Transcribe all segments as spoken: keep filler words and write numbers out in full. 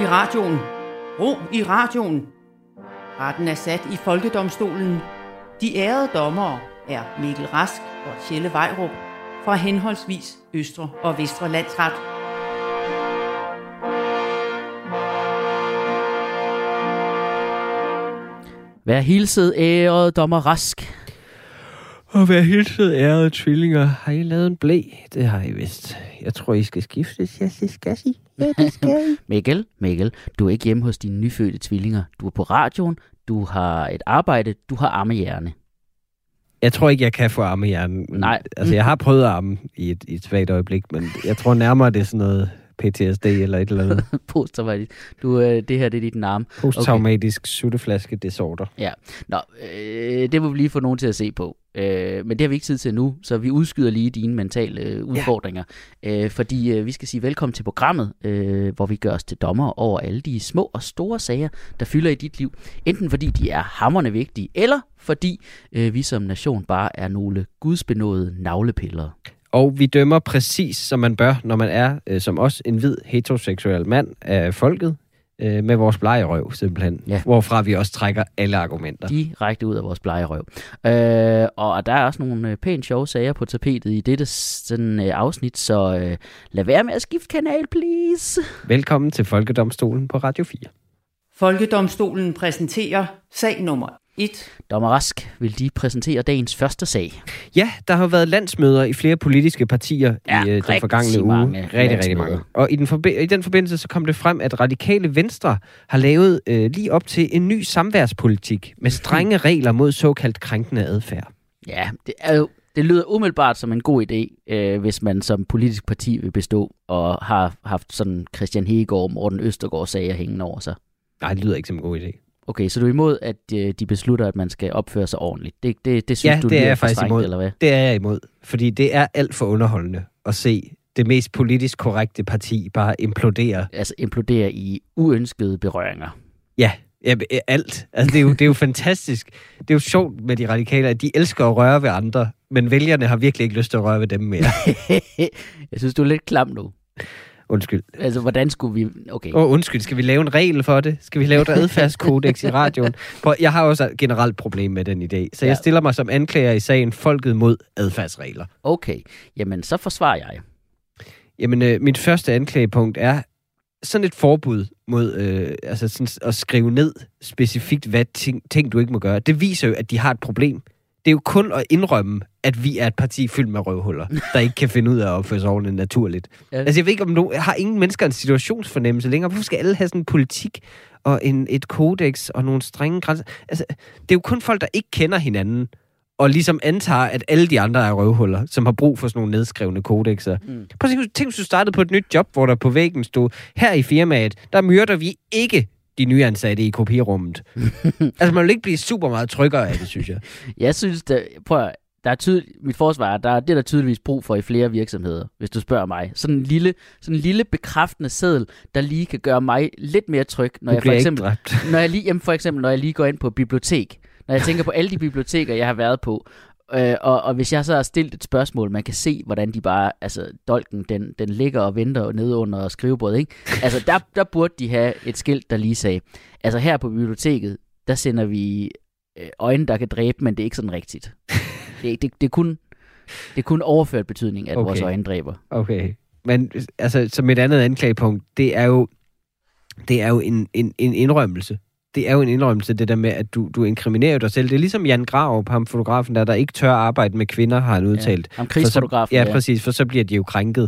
i radioen. Ro i radioen. Retten er sat i Folkedomstolen. De ærede dommere er Mikkel Rask og Tjelle Vejrup fra henholdsvis Østre og Vestre Landsret. Vær hilset, ærede dommer Rask. Og vær hilset, ærede tvillinger. Har I lavet en blæ? Det har I vist. Jeg tror, I skal skiftes. Ja, det skal I. Ja, det skal I. Mikkel, Mikkel, du er ikke hjemme hos dine nyfødte tvillinger. Du er på radioen, du har et arbejde, du har ammehjerne. Jeg tror ikke, jeg kan få ammehjernen. Nej. Altså, jeg har prøvet at amme i et, i et svagt øjeblik, men jeg tror nærmere, det er sådan noget P T S D eller et eller andet. Posttraumatisk. Du, øh, det her, det er dit navn. Posttraumatisk okay. Sutteflaske disorder. Ja. Nå, øh, det må vi lige få nogen til at se på. Øh, men det har vi ikke tid til nu, så vi udskyder lige dine mentale øh, udfordringer. Ja. Øh, fordi øh, vi skal sige velkommen til programmet, øh, hvor vi gør os til dommer over alle de små og store sager, der fylder i dit liv. Enten fordi de er hamrende vigtige, eller fordi øh, vi som nation bare er nogle gudsbenåede navlepillere. Og vi dømmer præcis, som man bør, når man er, øh, som os, en hvid heteroseksuel mand af folket, øh, med vores blegerøv, simpelthen. Ja. Hvorfra vi også trækker alle argumenter. Direkte ud af vores blegerøv. Øh, og der er også nogle øh, pænt sjove sager på tapetet i dette sådan, øh, afsnit, så øh, lad være med at skifte kanal, please. Velkommen til Folkedomstolen på Radio fire. Folkedomstolen præsenterer sag nummer et. Dommer Rask, vil de præsentere dagens første sag? Ja, der har været landsmøder i flere politiske partier ja, i øh, den forgangne uge. Rigtig, rigtig mange. Og i den, forbi- i den forbindelse så kom det frem, at Radikale Venstre har lavet øh, lige op til en ny samværspolitik med strenge regler mod såkaldt krænkende adfærd. Ja, det er jo det lyder umiddelbart som en god idé, øh, hvis man som politisk parti vil bestå og har haft sådan Christian Hedegaard og Morten Østergaard sager hængende over sig. Nej, det lyder ikke som en god idé. Okay, så du er imod, at øh, de beslutter, at man skal opføre sig ordentligt? Det, det, det synes ja, du, det er jeg faktisk strengt, imod. Eller hvad? Det er jeg imod, fordi det er alt for underholdende at se det mest politisk korrekte parti bare implodere. Altså implodere i uønskede berøringer. Ja, ja alt. Altså, det er, jo, det er jo fantastisk. Det er jo sjovt med de radikale, at de elsker at røre ved andre, men vælgerne har virkelig ikke lyst til at røre ved dem mere. Jeg synes, du er lidt klam nu. Undskyld. Altså, hvordan skulle vi... Okay. Åh, oh, undskyld. Skal vi lave en regel for det? Skal vi lave et adfærdskodex i radioen? Jeg har også et generelt problem med den idé, så jeg stiller mig som anklager i sagen Folket mod adfærdsregler. Okay. Jamen, så forsvarer jeg. Jamen, øh, mit første anklagepunkt er sådan et forbud mod øh, altså sådan at skrive ned specifikt, hvad ting, ting du ikke må gøre. Det viser jo, at de har et problem. Det er jo kun at indrømme, at vi er et parti fyldt med røvhuller, der ikke kan finde ud af at opføre sig ordentligt naturligt. Ja. Altså, jeg ved ikke, om nogen, har ingen mennesker en situationsfornemmelse længere. Hvorfor skal alle have sådan en politik og en, et kodex og nogle strenge grænser? Altså, det er jo kun folk, der ikke kender hinanden, og ligesom antager, at alle de andre er røvhuller, som har brug for sådan nogle nedskrevne kodexer. Mm. Prøv at tænk, hvis du startede på et nyt job, hvor der på væggen stod, her i firmaet, der myrder vi ikke de nyansatte i kopirummet. Altså, man vil ikke blive super meget tryggere af det, synes jeg. Jeg synes, der, prøv at, der er tydel, mit forsvar, der er det, der tydeligvis brug for i flere virksomheder, hvis du spørger mig. Sådan en lille, sådan en lille bekræftende seddel, der lige kan gøre mig lidt mere tryg, når jeg for eksempel, når jeg lige, jamen for eksempel, når jeg lige går ind på bibliotek. Når jeg tænker på alle de biblioteker, jeg har været på, øh, og, og hvis jeg så har stillet et spørgsmål, man kan se, hvordan de bare, altså dolken, den, den ligger og venter nede under skrivebordet, ikke? Altså, der, der burde de have et skilt, der lige sagde, altså her på biblioteket, der sender vi øh, øjne, der kan dræbe, men det er ikke sådan rigtigt. Det, det, det, er, kun, det er kun overført betydning, at okay. vores øjne dræber. Okay, men altså, som et andet anklagepunkt, det er jo, det er jo en, en, en indrømmelse. Det er jo en indrømmelse, det der med, at du, du inkriminerer dig selv. Det er ligesom Jan Grarup, ham fotografen der, der ikke tør arbejde med kvinder, har han udtalt. Ja, ham krigsfotografen. Ja, præcis, for så bliver de jo krænket.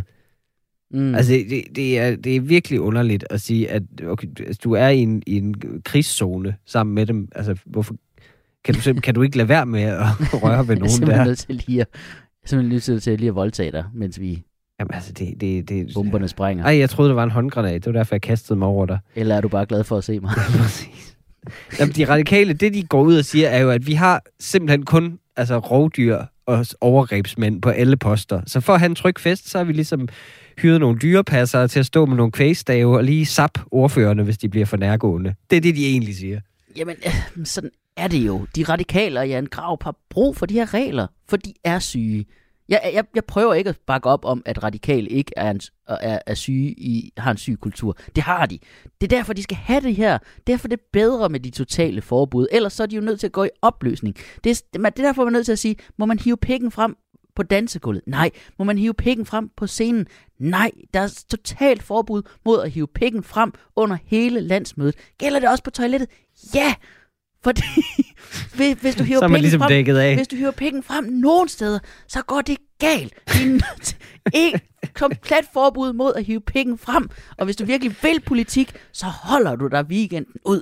Mm. Altså, det, det, er, det er virkelig underligt at sige, at okay, du er i en, i en krigszone sammen med dem. Altså, hvorfor kan du, kan du ikke lade være med at røre ved nogen der? Jeg er nødt til lige at, simpelthen nødt til lige at voldtage dig, mens vi... Jamen altså, det... det, det bomberne sprænger. Ej, jeg troede, det var en håndgranat. Det var derfor, jeg kastede mig over dig. Eller er du bare glad for at se mig? Præcis. Jamen, de radikale, det de går ud og siger, er jo, at vi har simpelthen kun altså, rovdyr og overgrebsmænd på alle poster. Så for at have en tryg fest, så har vi ligesom hyret nogle dyrepassere til at stå med nogle kvægstave og lige sap ordførerne, hvis de bliver for nærgående. Det er det, de egentlig siger. Jamen, øh, sådan er det jo. De radikale og Jan Grarup har brug for de her regler, for de er syge. Jeg, jeg, jeg prøver ikke at bakke op om, at radikale ikke er, en, er, er syge i, har en syg kultur. Det har de. Det er derfor, de skal have det her. Derfor det er bedre med de totale forbud. Ellers så er de jo nødt til at gå i opløsning. Det er, det er derfor, man er nødt til at sige, må man hive pikken frem på dansegulvet? Nej. Må man hive pikken frem på scenen? Nej. Der er totalt forbud mod at hive pikken frem under hele landsmødet. Gælder det også på toilettet? Ja! Fordi hvis, hvis, du hiver pikken ligesom frem, hvis du hiver pikken frem nogen steder, så går det galt. Det er et komplet forbud mod at hive pikken frem. Og hvis du virkelig vil politik, så holder du dig weekenden ud.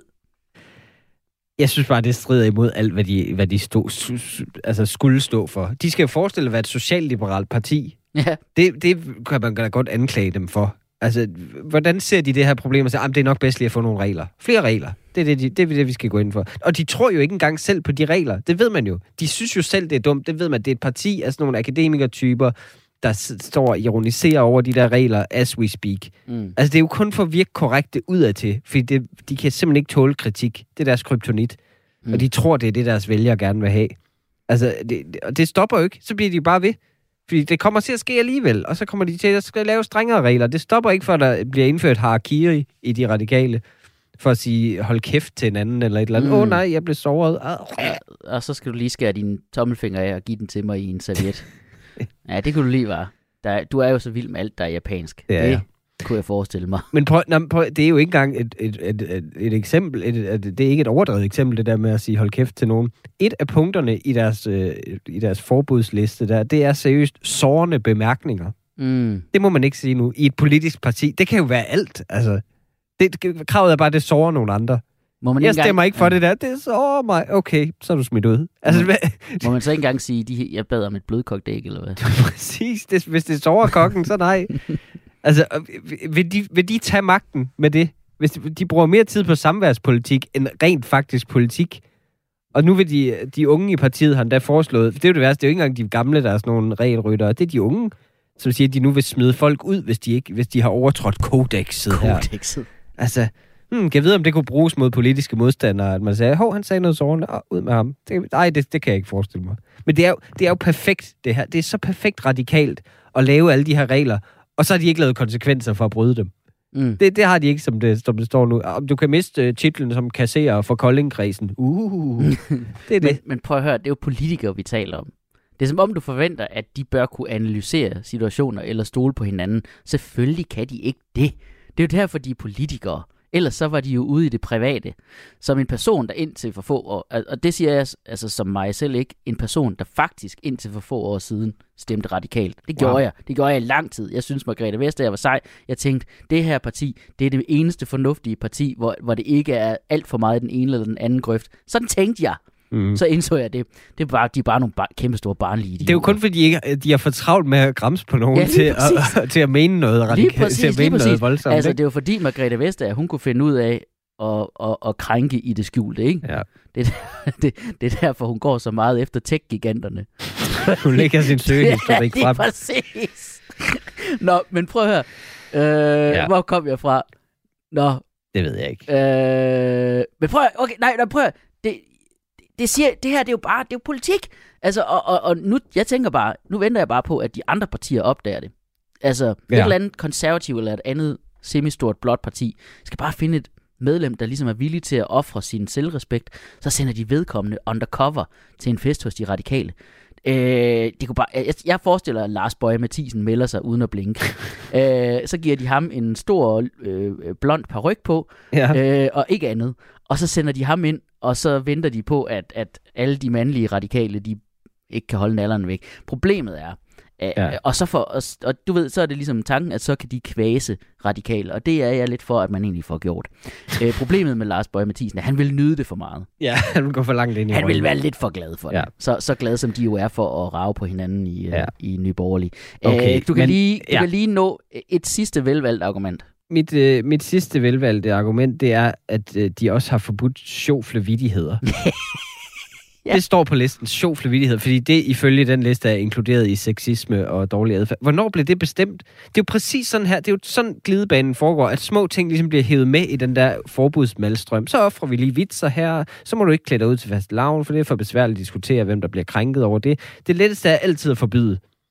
Jeg synes bare, det strider imod alt, hvad de, hvad de stod, altså skulle stå for. De skal jo forestille at være et socialliberalt parti. Ja. Det, det kan man da godt anklage dem for. Altså, hvordan ser de det her problem og siger, at det er nok bedst lige at få nogle regler? Flere regler. Det er det, de, det er det, vi skal gå ind for. Og de tror jo ikke engang selv på de regler. Det ved man jo. De synes jo selv, det er dumt. Det ved man. Det er et parti af sådan nogle akademikertyper, der står og ironiserer over de der regler as we speak. Mm. Altså, det er jo kun for at virke korrekte udadtil, fordi det, de kan simpelthen ikke tåle kritik. Det er deres kryptonit. Mm. Og de tror, det er det, deres vælgere gerne vil have. Altså, det, og det stopper jo ikke. Så bliver de bare ved. Fordi det kommer til at ske alligevel, og så kommer de til at skal lave strengere regler. Det stopper ikke, før der bliver indført harakiri i de radikale, for at sige, hold kæft til en anden, eller et eller andet. Åh mm. oh, nej, jeg blev såret. Ja, og så skal du lige skære dine tommelfinger af og give den til mig i en serviet. Ja, det kunne du lige være. Der, du er jo så vild med alt, der er japansk. Ja, ja. Det kunne jeg forestille mig. Men prøv, nej, prøv, det er jo ikke engang et, et, et, et, et eksempel. Et, et, det er ikke et overdrevet eksempel, det der med at sige hold kæft til nogen. Et af punkterne i deres, øh, i deres forbudsliste der, det er seriøst sårende bemærkninger. Mm. Det må man ikke sige nu. I et politisk parti. Det kan jo være alt. Altså, det, kravet er bare, at det sårer nogle andre. Må man jeg stemmer engang... ikke for ja. det der. Det sårer mig. Okay, så er du smidt ud. Altså, må, må man så ikke engang sige, de, jeg bad om et blødkogt æg, eller hvad? Præcis. Det, hvis det sårer kokken, så nej. Altså, vil de, vil de tage magten med det? Hvis de, de bruger mere tid på samværspolitik end rent faktisk politik. Og nu vil de, de unge i partiet, han der foreslået, det er jo det værste, det er jo ikke engang de gamle, der er sådan nogle regelryttere. Det er de unge, som siger, at de nu vil smide folk ud, hvis de, ikke, hvis de har overtrådt kodexet her. Kodexet. Altså, hmm, kan jeg vide, om det kunne bruges mod politiske modstandere, at man sagde, hov, han sagde noget sårende, og ud med ham. Det, nej, det, det kan jeg ikke forestille mig. Men det er, jo, det er jo perfekt, det her. Det er så perfekt radikalt at lave alle de her regler, og så har de ikke lavet konsekvenser for at bryde dem. Mm. Det, det har de ikke, som det, som det står nu. Om du kan miste uh, titlen som kasserer for Kolding-kredsen. Uh, det er det. Men, men prøv at høre, det er jo politikere, vi taler om. Det er som om, du forventer, at de bør kunne analysere situationer eller stole på hinanden. Selvfølgelig kan de ikke det. Det er jo derfor, de er politikere. Ellers så var de jo ude i det private. Som en person, der indtil for få år, og det siger jeg altså som mig selv ikke, en person, der faktisk indtil for få år siden stemte radikalt. Det gjorde wow. jeg. Det gjorde jeg i lang tid. Jeg synes, Margrethe Vestager var sej. Jeg tænkte, det her parti, det er det eneste fornuftige parti, hvor, hvor det ikke er alt for meget den ene eller den anden grøft. Sådan tænkte jeg. Mm. Så indså jeg det. Det er bare, de er bare nogle bar- kæmpe store barnlige idioter. Det er jo kun fordi, ikke, de har for travlt med at gramse på nogen ja, til, at, til at mene noget radikalt, til at mene noget voldsomt. Altså, det er jo fordi Margrethe Vestager, hun kunne finde ud af at, at, at krænke i det skjulte, ikke? Ja. Det, det, det er derfor, hun går så meget efter tech-giganterne. Hun lægger sin søgehistorik frem. Ja, det er præcis. Nå, men prøv at høre. Øh, ja. Hvor kom jeg fra? Nå. Det ved jeg ikke. Øh, men prøv at, okay, nej, nej, prøv at, det, det siger, det her, det er jo bare, det er jo politik. Altså, og, og, og nu, jeg tænker bare, nu venter jeg bare på, at de andre partier opdager det. Altså, ja. Et eller andet konservativ eller et andet semistort blåt parti skal bare finde et medlem, der ligesom er villig til at ofre sin selvrespekt, så sender de vedkommende undercover til en fest hos de radikale. Øh, det kunne bare, jeg, jeg forestiller, at Lars Boje Mathiesen melder sig uden at blinke. øh, så giver de ham en stor øh, blond paryk på, ja. øh, og ikke andet. Og så sender de ham ind, og så venter de på, at, at alle de mandlige radikale, de ikke kan holde nallerne væk. Problemet er, ja. og, så for, og, og du ved, så er det ligesom tanken, at så kan de kvæse radikale, og det er jeg lidt for, at man egentlig får gjort. øh, problemet med Lars Boje Mathiesen er, at han vil nyde det for meget. Ja, han vil gå for langt ind i Han vil være lidt for glad for det. Ja. Så, så glad som de jo er for at rage på hinanden i, ja. i Nye Borgerlige. Okay, øh, du kan, men, lige, du ja. kan lige nå et sidste velvalgt argument. Mit, øh, mit sidste velvalgte argument, det er, at øh, de også har forbudt sjoflevittigheder. Ja. Det står på listen, sjoflevittighed, fordi det ifølge den liste er inkluderet i sexisme og dårlig adfærd. Hvornår blev det bestemt? Det er jo præcis sådan her, det er jo sådan glidebanen foregår, at små ting ligesom bliver hævet med i den der forbudsmalstrøm. Så offrer vi lige vitser her, så må du ikke klæde dig ud til fastelavn, for det er for besværligt at diskutere, hvem der bliver krænket over det. Det letteste er altid at forbyde.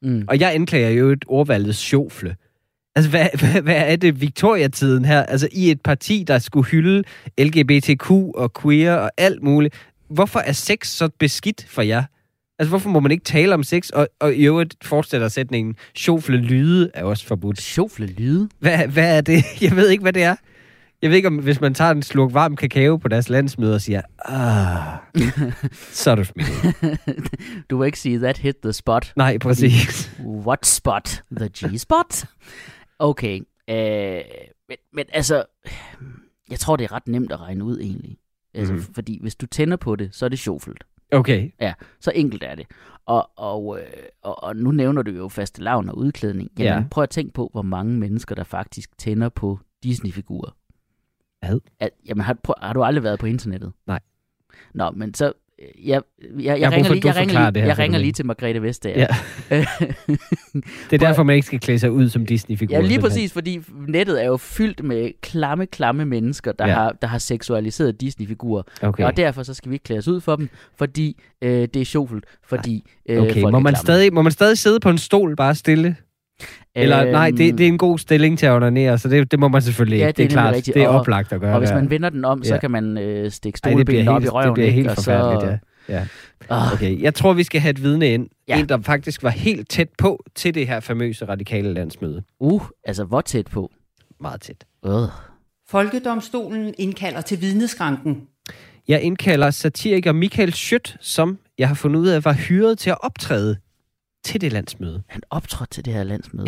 Mm. Og jeg anklager jo et ordvalget sjofle. Altså, hvad, hvad, hvad er det Victoria-tiden her? Altså, i et parti, der skulle hylde L G B T Q og queer og alt muligt. Hvorfor er sex så beskidt for jer? Altså, hvorfor må man ikke tale om sex? Og, og i øvrigt fortsætter sætningen, sjofle lyde er også forbudt. Sjofle lyde? Hvad, hvad er det? Jeg ved ikke, hvad det er. Jeg ved ikke, om hvis man tager en slurk varm kakao på deres landsmøde og siger, ah, så er du smidt. Du vil ikke sige, that hit the spot. Nej, præcis. What spot? The G-spot? Okay. Øh, men, men altså, jeg tror, det er ret nemt at regne ud egentlig. Altså, mm. Fordi hvis du tænder på det, så er det sjofelt. Okay. Ja, så enkelt er det. Og, og, øh, og, og nu nævner du jo fastelavn og udklædning. Jamen, ja. Prøv at tænke på, hvor mange mennesker, der faktisk tænder på Disney-figurer. Hvad? At, jamen, har, prøv, har du aldrig været på internettet? Nej. Nå, men så... Jeg, jeg, jeg, jeg, ringer, lige, jeg, ringer, lige, jeg ringer lige til Margrethe Vestager. Ja. Det er derfor, man ikke skal klæde sig ud som Disney-figur. Ja, lige præcis, fordi nettet er jo fyldt med klamme, klamme mennesker, der, ja. har, der har seksualiseret Disney-figurer. Okay. Og derfor så skal vi ikke klæde os ud for dem, fordi øh, det er sjovt, fordi øh, okay. folk må man, er stadig, må man stadig sidde på en stol bare stille? Eller øhm, nej, det, det er en god stilling til at onanere, så det, det må man selvfølgelig ja, ikke. Det, det er klart, rigtigt. Det er og, oplagt at gøre. Og hvis der. man vender den om, så ja. kan man øh, stikke stolebenen op i røven. Det bliver helt ikke? forfærdeligt, så... ja. ja. Okay, jeg tror, vi skal have et vidne ind. Ja. En, der faktisk var helt tæt på til det her famøse radikale landsmøde. Uh, altså hvor tæt på? Meget tæt. Øh. Folkedomstolen indkalder til vidneskranken. Jeg indkalder satiriker Michael Schiødt, som jeg har fundet ud af, var hyret til at optræde til det landsmøde. Han optrådte til det her landsmøde? Ja.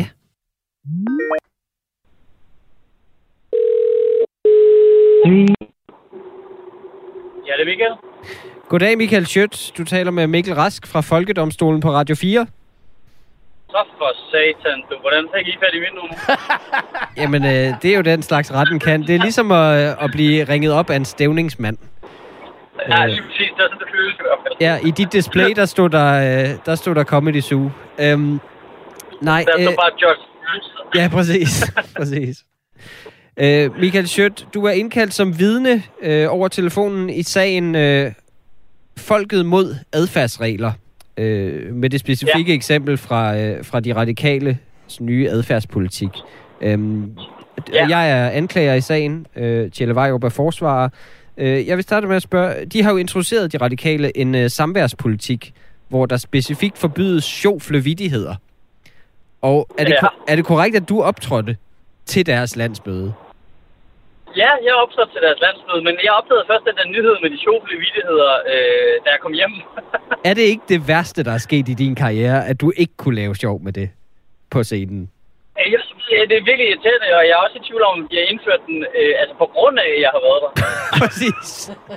Ja, det er Michael. Goddag, Michael Schiødt. Du taler med Mikkel Rask fra Folkedomstolen på Radio fire. Så for satan, du. Hvordan fik I fat i mit nummer? Jamen, øh, det er jo den slags retten kan. Det er ligesom at, at blive ringet op af en stævningsmand. Ja, lige præcis. Det er sådan, det føles i hvert fald. Ja, i dit display, der stod der, øh, der, stod der Comedy Zoo. Øhm, nej, der stod øh, bare George. Ja, præcis. præcis. Øh, Michael Schiødt, du er indkaldt som vidne øh, over telefonen i sagen øh, Folket mod adfærdsregler. Øh, med det specifikke ja. eksempel fra, øh, fra de radikale nye adfærdspolitik. Øhm, ja. Jeg er anklager i sagen. Øh, Tjelle Vejrup er forsvarer. Øh, jeg vil starte med at spørge, de har jo introduceret de radikale en øh, samværspolitik, hvor der specifikt forbydes sjofle vittigheder. Og er det, ja. er det korrekt, at du optrådte til deres landsmøde? Ja, jeg optrådte til deres landsmøde, men jeg opdagede først den der nyhed med de sjofle vittigheder, øh, da jeg kom hjem. Er det ikke det værste, der er sket i din karriere, at du ikke kunne lave sjov med det på scenen? Jeg synes, det er virkelig irriterende, og jeg er også i tvivl om, at de har indført den, øh, altså på grund af, at jeg har været der. Præcis.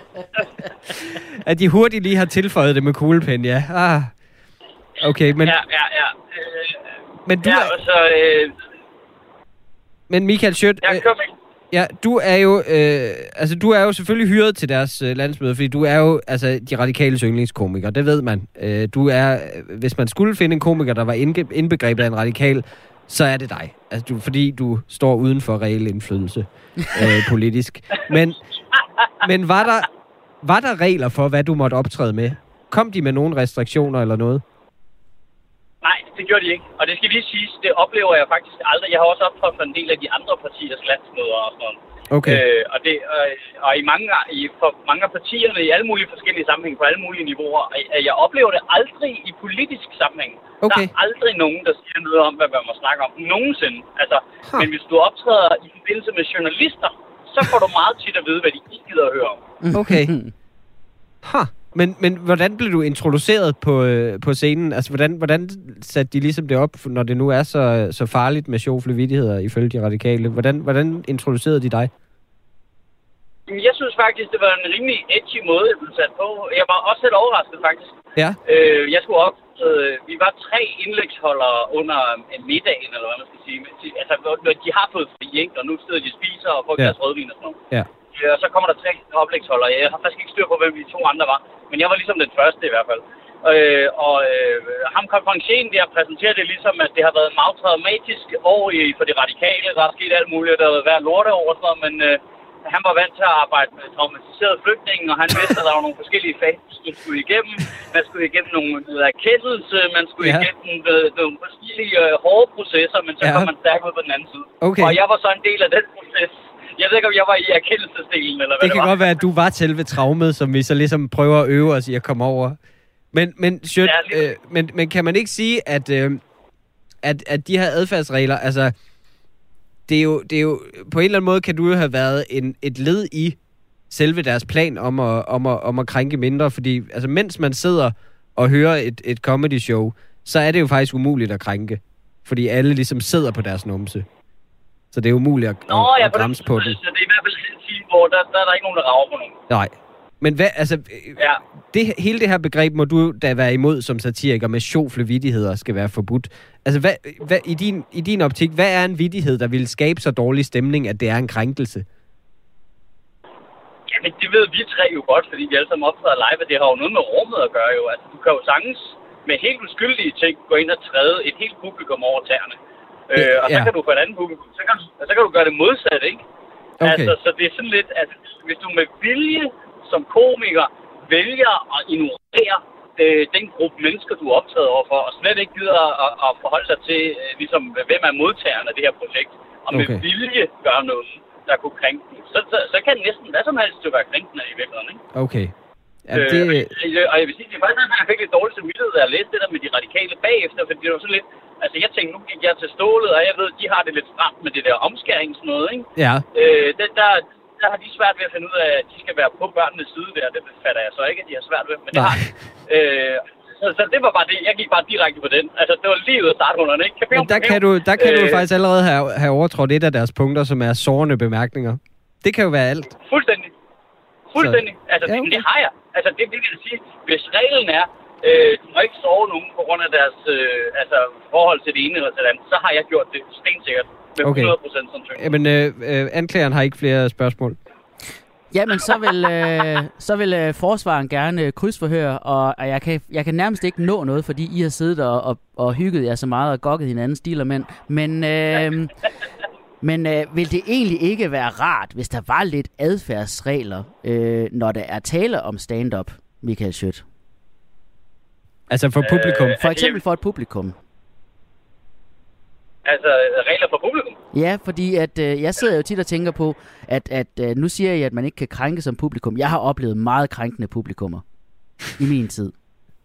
At de hurtigt lige har tilføjet det med kuglepen, ja. Ah. Okay, men... Ja, ja, ja. Øh, men du ja, er... altså... Øh... Men Michael Schiødt... Jeg kører med. Ja, du er jo øh, altså du er jo selvfølgelig hyret til deres øh, landsmøde, fordi du er jo altså de radikale yndlingskomiker, det ved man. Øh, du er, hvis man skulle finde en komiker, der var indge- indbegrebet af en radikal, så er det dig. Altså du, fordi du står uden for reel indflydelse øh, politisk. Men men var der var der regler for, hvad du måtte optræde med? Kom de med nogle restriktioner eller noget? Nej, det gjorde de ikke. Og det skal lige siges, det oplever jeg faktisk aldrig. Jeg har også optrådt for en del af de andre partiers landsmøder og sådan noget. Okay. Øh, og det, øh, og i mange, i, for mange af partierne i alle mulige forskellige sammenhænge, på alle mulige niveauer, at jeg oplever det aldrig i politisk sammenhæng. Okay. Der er aldrig nogen, der siger noget om, hvad man må snakke om. Nogensinde. Altså, huh. Men hvis du optræder i forbindelse med journalister, så får du meget tit at vide, hvad de ikke gider at høre om. Okay. Ha. Men, men hvordan blev du introduceret på, øh, på scenen? Altså, hvordan, hvordan satte de ligesom det op, når det nu er så, så farligt med sjofle vittigheder ifølge de radikale? Hvordan, hvordan introducerede de dig? Jeg synes faktisk, det var en rimelig edgy måde, jeg blev sat på. Jeg var også lidt overrasket, faktisk. Ja. Øh, jeg skulle op... Øh, vi var tre indlægsholdere under en middagen, eller hvad man skal sige. Altså, når de har fået fri, ikke? Og nu sidder de og spiser og får ja. deres rødvin og sådan noget. Ja. Og så kommer der tre oplægsholdere. Jeg har faktisk ikke styr på, hvem de to andre var. Men jeg var ligesom den første i hvert fald. Øh, og øh, ham konferencien, der præsenterer det ligesom, at det har været en meget traumatisk år i, for de radikale. Der er sket alt muligt, der har været værd lorte over sådan noget. Men, øh, han var vant til at arbejde med traumatiserede flygtninge, og han vidste, at der var nogle forskellige faser, man skulle igennem. Man skulle igennem nogle erkendelse, man skulle ja. igennem øh, nogle forskellige øh, hårde processer, men så ja. kom man stærkt ud på den anden side. Okay. Og jeg var så en del af den proces. Jeg ved ikke, om jeg var i erkendelsesdelen, eller hvad det, det kan var. godt være, at du var selve traumet, som vi så ligesom prøver at øve os i at komme over. Men, men, Sjøt, ja, øh, men, men kan man ikke sige, at, øh, at, at de her adfærdsregler, altså... Det er, jo, det er jo, på en eller anden måde kan du jo have været en, et led i selve deres plan om at, om at, om at krænke mindre, fordi altså, mens man sidder og hører et, et comedy show, så er det jo faktisk umuligt at krænke, fordi alle ligesom sidder på deres numse. Så det er umuligt at, Nå, at, ja, at bremse på det. Så det er i hvert fald en time, hvor der, der er der ikke nogen, der rager på nogen. Nej. Men hvad, altså, ja. det, hele det her begreb må du da være imod som satiriker med sjofle vittigheder skal være forbudt. Altså, hvad, hvad, i, din, i din optik, hvad er en vittighed, der vil skabe så dårlig stemning, at det er en krænkelse? Jamen, det ved vi tre jo godt, fordi vi alle sammen optræder live, og det har jo noget med rummet at gøre jo. Altså, du kan jo sagtens med helt uskyldige ting gå ind og træde et helt publikum over tæerne. Øh, og så ja. kan du få et andet publikum, så kan, så kan du gøre det modsat, ikke? Okay. Altså, så det er sådan lidt, at hvis du med vilje som komiker vælger at ignorere øh, den gruppe mennesker, du er optaget overfor, og slet ikke gider at, at forholde sig til, øh, ligesom, hvem er modtageren af det her projekt, og med okay. vilje gøre noget, der kunne krænke dem, så, så, så kan det næsten hvad som helst jo være krænkende i virkeligheden, ikke? Okay. Ja, det... øh, og jeg vil sige, det er faktisk, at jeg fik lidt dårligt samvittighed, da jeg læste det der med de radikale bagefter, fordi det var sådan lidt, altså jeg tænkte, nu gik jeg til stålet, og jeg ved, de har det lidt stramt med det der omskæringsnøde, ikke? Ja. Øh, det, der, der har de svært ved at finde ud af, at de skal være på børnenes side der. Det fatter jeg så ikke, at de har svært ved, men det har øh, så, så det var bare det. Jeg gik bare direkte på den. Altså, det var lige ud af starthullerne, ikke? Men der kan du, der kan øh, du faktisk allerede have, have overtrådt et af deres punkter, som er sårende bemærkninger. Det kan jo være alt. Fuldstændig. Fuldstændig. Så. Altså, ja, okay. det, det har jeg. Altså, det vil jeg sige. Hvis reglen er, øh, du må ikke sove nogen på grund af deres øh, altså, forhold til det ene eller til det andet, så har jeg gjort det stensikkert. Med okay. hundrede procent sandsynlighed. Jamen, øh, øh, anklageren har ikke flere spørgsmål. Jamen, så vil, øh, så vil øh, forsvaren gerne øh, krydsforhøre, og, og jeg, kan, jeg kan nærmest ikke nå noget, fordi I har siddet og, og, og hygget jer så meget og gokket hinanden stil og mænd. Men, øh, men øh, vil det egentlig ikke være rart, hvis der var lidt adfærdsregler, øh, når der er tale om stand-up, Michael Schiødt? Altså for publikum? For eksempel for et publikum. Altså, regler for publikum? Ja, fordi at, øh, jeg sidder jo tit og tænker på, at, at øh, nu siger jeg, at man ikke kan krænke som publikum. Jeg har oplevet meget krænkende publikummer i min tid.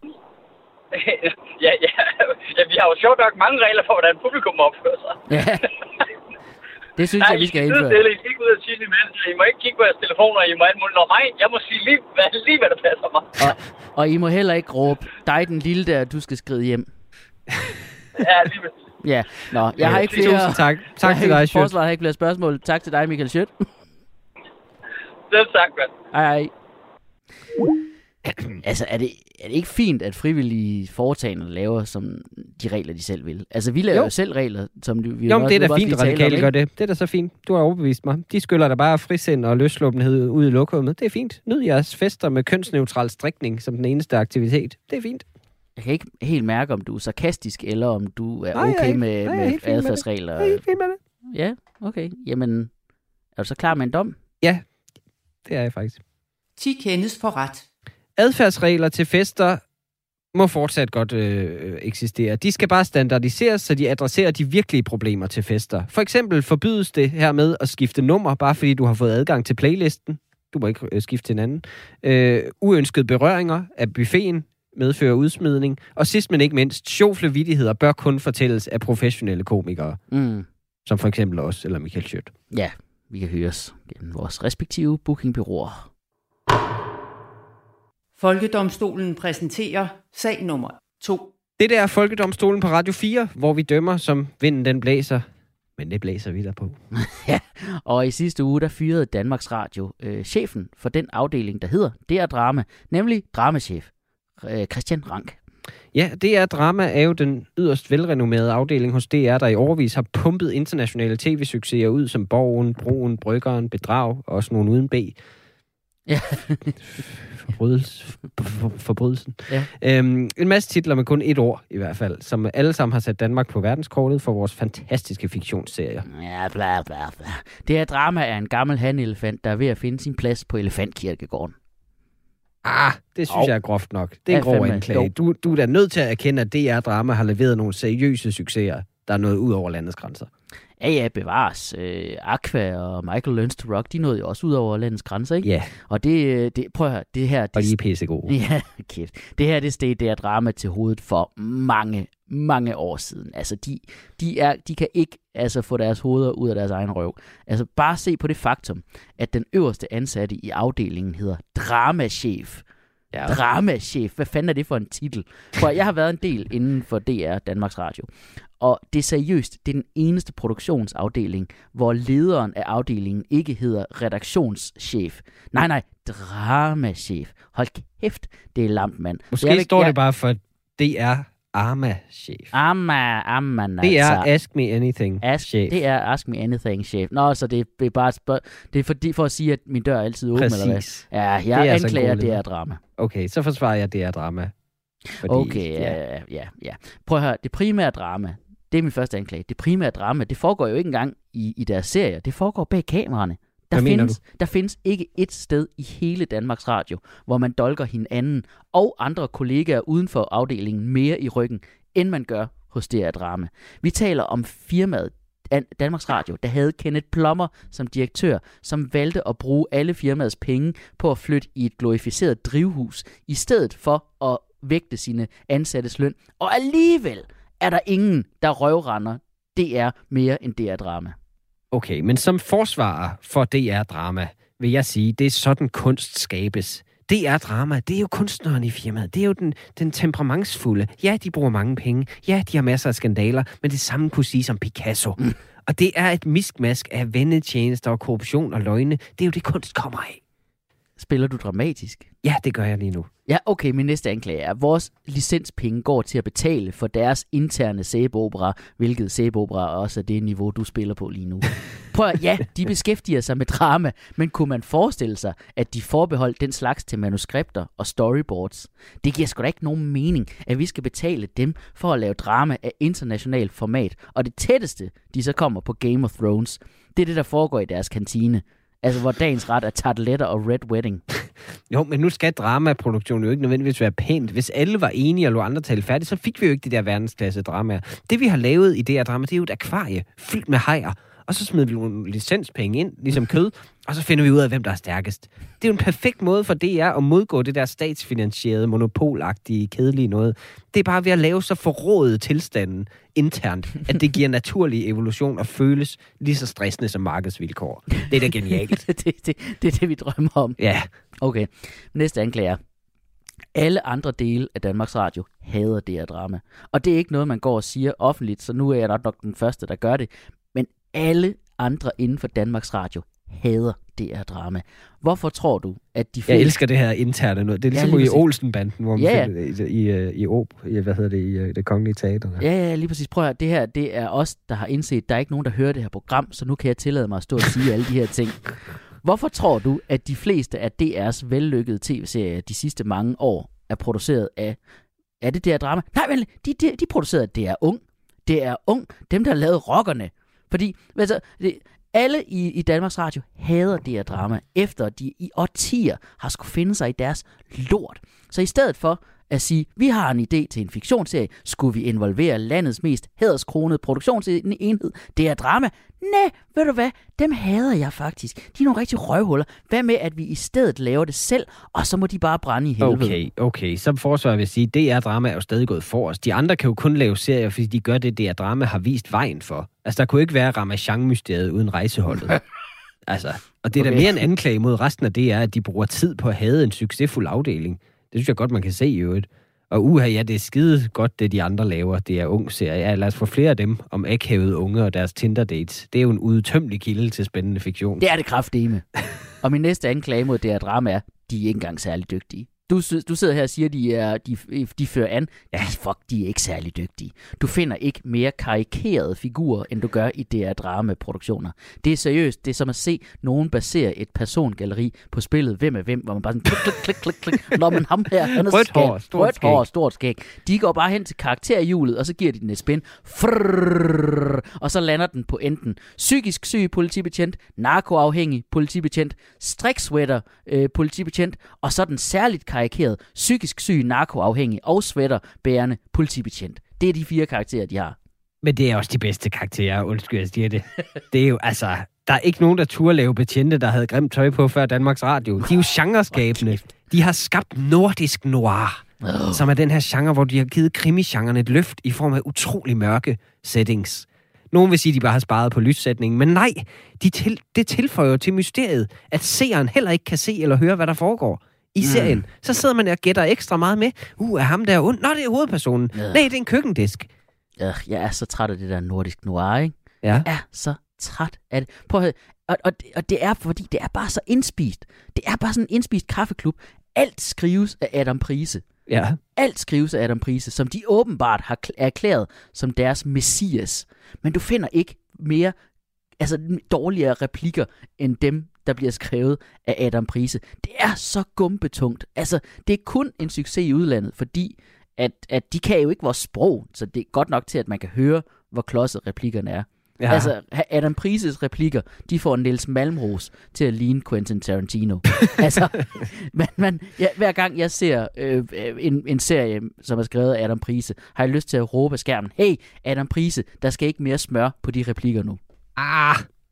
ja, ja, ja, vi har jo sjovt nok mange regler for, hvordan publikum opfører sig. Ja, det synes Nej, jeg, vi skal indføre. Nej, I skal ikke ud og sige imens. I må ikke kigge på jeres telefoner, I må alt muligt. Nå, mig, jeg må sige lige, hvad, lige, hvad der passer mig. og, og I må heller ikke råbe, dig den lille der, du skal skride hjem. ja, lige med. Ja, nå, jeg har ikke flere... Tusind tak. Tak til dig, Schiødt. Forsvaret har ikke flere spørgsmål. Tak til dig, Michael Schiødt. Selv tak, mand. Hej, hej. Altså, er det, er det ikke fint, at frivillige foretagende laver som de regler, de selv vil? Altså, vi laver jo, jo selv regler, som vi... Jo, men det er da fint, at radikale gør det. Det er da så fint. Du har overbevist mig. De skyller der bare frisind og løssluppenhed ud i lokummet. Det er fint. Nyd jeres fester med kønsneutral strikning som den eneste aktivitet. Det er fint. Jeg kan ikke helt mærke, om du er sarkastisk, eller om du er nej, okay ikke, med, nej, med adfærdsregler. Jeg er helt fint med det. Ja, okay. Jamen, er du så klar med en dom? Ja, det er jeg faktisk. ti kendes for ret. Adfærdsregler til fester må fortsat godt øh, eksistere. De skal bare standardiseres, så de adresserer de virkelige problemer til fester. For eksempel forbydes det her med at skifte nummer, bare fordi du har fået adgang til playlisten. Du må ikke øh, skifte til en anden. Øh, uønskede berøringer af buffeten medfører udsmidning. Og sidst men ikke mindst, sjofle vittigheder bør kun fortælles af professionelle komikere. Mm. Som for eksempel os, eller Michael Schiødt. Ja, vi kan høres gennem vores respektive bookingbureauer. Folkedomstolen præsenterer sag nummer to. Det der er Folkedomstolen på Radio fire, hvor vi dømmer, som vinden den blæser. Men det blæser vi der på. Ja, og i sidste uge, der fyrede Danmarks Radio øh, chefen for den afdeling, der hedder D R Drama, nemlig dramachef øh, Christian Rank. Ja, D R Drama er jo den yderst velrenommerede afdeling hos D R, der i årevis har pumpet internationale tv-succeser ud som Borgen, Broen, Bryggeren, Bedrag og også nogle uden B. Ja. Forbrydelse, for, forbrydelsen. Ja. Øhm, en masse titler med kun et ord, i hvert fald, som alle sammen har sat Danmark på verdenskortet for vores fantastiske fiktionsserier. Ja, bla bla bla. Det her drama er en gammel hanelefant, der er ved at finde sin plads på Elefantkirkegården. Ah, det synes oh. jeg er groft nok. Det er Ja, en grov fandme. anklage. Du, du er da nødt til at erkende, at D R Drama har leveret nogle seriøse succeser, der er nået ud over landets grænser. Ja, ja, bevares. Øh, Aqua og Michael Learns to Rock, de nåede jo også ud over landets grænser, ikke? Ja. Og det, det prøv at høre, det her... Det, og de er pissegode. Ja, kæft. Det her, det steg der drama til hovedet for mange, mange år siden. Altså, de, de, er, de kan ikke altså, få deres hoveder ud af deres egen røv. Altså, bare se på det faktum, at den øverste ansatte i afdelingen hedder dramachef. Ja. Dramachef. Hvad fanden er det for en titel? For jeg har været en del inden for D R, Danmarks Radio. Og det er seriøst, det er den eneste produktionsafdeling, hvor lederen af afdelingen ikke hedder redaktionschef. Nej, nej, dramachef. Hold kæft, det er lamt, mand. Måske det står jeg... det bare for D R Arma-chef. Arma, Arma, det er altså. Ask Me Anything, ask, chef. Det er Ask Me Anything, chef. Nå, så det er bare spørg... Det er fordi, for at sige, at min dør er altid åben, eller hvad? Ja, jeg det anklager, det er drama. Okay, så forsvarer jeg, det er drama. Fordi, okay, ja, ja, ja, ja. Prøv at høre, det primære drama, det er min første anklage. Det primære drama, det foregår jo ikke engang i, i deres serier. Det foregår bag kameraerne. Der findes, der findes ikke et sted i hele Danmarks Radio, hvor man dolker hinanden og andre kollegaer uden for afdelingen mere i ryggen, end man gør hos D R Drama. Vi taler om firmaet Danmarks Radio, der havde Kenneth Plummer som direktør, som valgte at bruge alle firmaets penge på at flytte i et glorificeret drivhus, i stedet for at vægte sine ansattes løn. Og alligevel er der ingen, der røvrender D R mere end D R Drama. Okay, men som forsvarer for D R Drama, vil jeg sige, det er sådan kunst skabes. D R Drama, det er jo kunstneren i firmaet. Det er jo den, den temperamentsfulde. Ja, de bruger mange penge. Ja, de har masser af skandaler, men det samme kunne sige som Picasso. Mm. Og det er et miskmask af vennetjenester og korruption og løgne. Det er jo det, kunst kommer af. Spiller du dramatisk? Ja, det gør jeg lige nu. Ja, okay, min næste anklage er, at vores licenspenge går til at betale for deres interne sæbeopera, hvilket sæbeopera også er det niveau, du spiller på lige nu. Prøv at, ja, de beskæftiger sig med drama, men kunne man forestille sig, at de forbeholdt den slags til manuskripter og storyboards? Det giver sgu da ikke nogen mening, at vi skal betale dem for at lave drama af international format, og det tætteste, de så kommer på Game of Thrones, det er det, der foregår i deres kantine. Altså, hvor dagens ret er tarteletter og Red Wedding. Jo, men nu skal dramaproduktionen jo ikke nødvendigvis være pænt. Hvis alle var enige og lå andre tale færdigt, så fik vi jo ikke de der verdensklasse dramaer. Det, vi har lavet i det her drama, det er jo et akvarie fyldt med hajer. Og så smider vi nogle licenspenge ind, ligesom kød, og så finder vi ud af, hvem der er stærkest. Det er jo en perfekt måde for D R at modgå det der statsfinansierede, monopolagtige, kedelige noget. Det er bare ved at lave så forrådet tilstanden internt, at det giver naturlig evolution og føles lige så stressende som markedsvilkår. Det er da genialt. det, det, det er det, vi drømmer om. Ja. Okay, næste anklager. Alle andre dele af Danmarks Radio hader det her drama. Og det er ikke noget, man går og siger offentligt, så nu er jeg nok den første, der gør det. Men alle andre inden for Danmarks Radio hader det her drama. Hvorfor tror du, at de fleste... Jeg elsker det her interne noget. Det er ligesom ja, i Olsen-banden, hvor man ja, ja. finder det i, i, i, op, i, hvad hedder det, i Det Kongelige Teater. Ja, ja, lige præcis. Prøv at høre, det her, det er os, der har indset, at der er ikke nogen, der hører det her program, så nu kan jeg tillade mig at stå og sige alle de her ting. Hvorfor tror du, at de fleste af D R's vellykkede tv-serier de sidste mange år er produceret af... Er det D R Drama? Nej, men de, de, de producerede af D R Ung. D R Ung, dem der lavede rockerne. Fordi, altså, det, alle i, i Danmarks Radio hader det her drama, efter de i årtier har skulle finde sig i deres lort. Så i stedet for at sige, vi har en idé til en fiktionsserie, skulle vi involvere landets mest hæderskronede produktionsenhed, det er drama. Næh, ved du hvad, dem hader jeg faktisk. De er nogle rigtig røvhuller. Hvad med, at vi i stedet laver det selv, og så må de bare brænde i helvede? Okay, okay. Som forsvar vil jeg sige, D R Drama er jo stadig gået for os. De andre kan jo kun lave serier, fordi de gør det, D R Drama har vist vejen for. Altså, der kunne ikke være Ramachan-mysteriet uden rejseholdet. Altså, og det er okay. Da mere en anklage mod resten af D R, at de bruger tid på at have en succesfuld afdeling. Det synes jeg godt, man kan se i øvrigt. Og uha, ja, det er skide godt, det de andre laver. Det er ung-serier. Ja, lad os få flere af dem om akavede unge og deres Tinder-dates. Det er jo en udtømmelig kilde til spændende fiktion. Det er det kraftedeme. Og min næste anklage mod D R Drama er, de er ikke engang særlig dygtige. Du, du sidder her og siger, at de, er, de, de fører an. Ja, fuck, de er ikke særlig dygtige. Du finder ikke mere karikerede figurer, end du gør i D R-drama-produktioner. Det er seriøst. Det er som at se nogen basere et persongalleri på spillet Hvem er hvem, hvor man bare sådan klik, klik, klik, klik, klik. Når man ham her, han er rødt hår, stort rødt hår, stort skæg. De går bare hen til karakterhjulet, og så giver de den et spin. Frrrr, og så lander den på enten psykisk syg politibetjent, narkoafhængig politibetjent, striksweater øh, politibetjent, og så den særligt karikeret, psykisk syg, narkoafhængig og sweaterbærende politibetjent. Det er de fire karakterer, de har. Men det er også de bedste karakterer, undskyld, jeg siger det. Det er jo, altså, der er ikke nogen, der turde lave betjente, der havde grimt tøj på før Danmarks Radio. De er jo genreskabende. De har skabt nordisk noir, oh. som er den her genre, hvor de har givet krimigenren et løft i form af utrolig mørke settings. Nogen vil sige, at de bare har sparet på lyssætningen, men nej, de til, det tilføjer jo til mysteriet, at seeren heller ikke kan se eller høre, hvad der foregår i serien. Mm. Så sidder man og gætter ekstra meget med. Uh, er ham der ondt? Nå, det er hovedpersonen. Ja. Nej, det er en køkkendisk. Ja, jeg er så træt af det der nordisk noir, ikke? Ja. Jeg er så træt af det. Prøv at høre. Og, og, og det er, fordi det er bare så indspist. Det er bare sådan en indspist kaffeklub. Alt skrives af Adam Prise. Ja. Alt skrives af Adam Prise, som de åbenbart har erklæret som deres messias. Men du finder ikke mere, altså dårligere replikker end dem, der bliver skrevet af Adam Prise. Det er så gumbetungt. Altså, det er kun en succes i udlandet, fordi at, at de kan jo ikke vores sprog, så det er godt nok til, at man kan høre, hvor klodset replikkerne er. Ja. Altså, Adam Prises replikker, de får Niels Malmros til at ligne Quentin Tarantino. altså, man, man, ja, hver gang jeg ser øh, en, en serie, som er skrevet af Adam Prise, har jeg lyst til at råbe af skærmen, hey, Adam Prise, der skal ikke mere smør på de replikker nu. Ah,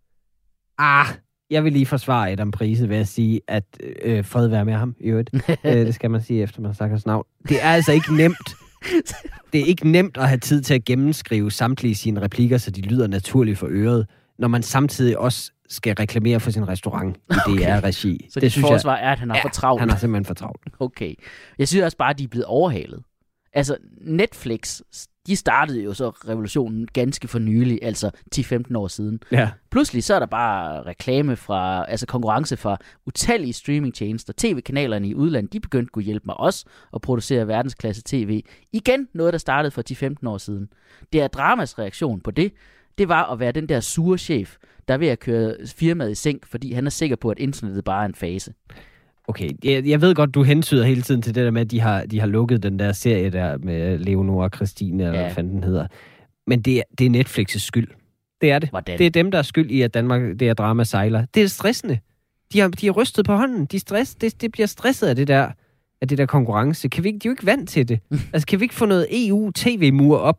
ah, jeg vil lige forsvare Adam Prise ved at sige, at øh, fred være med ham, i øvrigt. øh, det skal man sige, efter man snakker hans navn. Det er altså ikke nemt. Det er ikke nemt at have tid til at gennemskrive samtlige sine replikker, så de lyder naturligt for øret, når man samtidig også skal reklamere for sin restaurant i okay. D R-regi. Så det synes forsvar jeg, er, at han har ja, for travlt? Han har simpelthen for travlt. Okay. Jeg synes også bare, at de er blevet overhalet. Altså, Netflix, de startede jo så revolutionen ganske for nylig, altså ti til femten år siden. Ja. Pludselig så er der bare reklame fra, altså konkurrence fra utallige streamingtjenester. T V-kanalerne i udlandet, de begyndte at kunne hjælpe mig også at producere verdensklasse tv. Igen noget, der startede for ti til femten år siden. Det er Dramas reaktion på det, det var at være den der sure chef, der er ved at køre firmaet i sænk, fordi han er sikker på, at internettet bare er en fase. Okay, jeg, jeg ved godt, du hentyder hele tiden til det der med, at de har, de har lukket den der serie der med Leonora og Christine, eller ja. hvad fanden den hedder. Men det er, det er Netflix' skyld. Det er det. Hvordan? Det er dem, der er skyld i, at Danmark, det er drama sejler. Det er stressende. De har, de har rystet på hånden. De stress, det, det bliver stresset af det der, af det der konkurrence. Kan vi ikke, de er jo ikke vant til det. altså, kan vi ikke få noget E U-T V-mur op?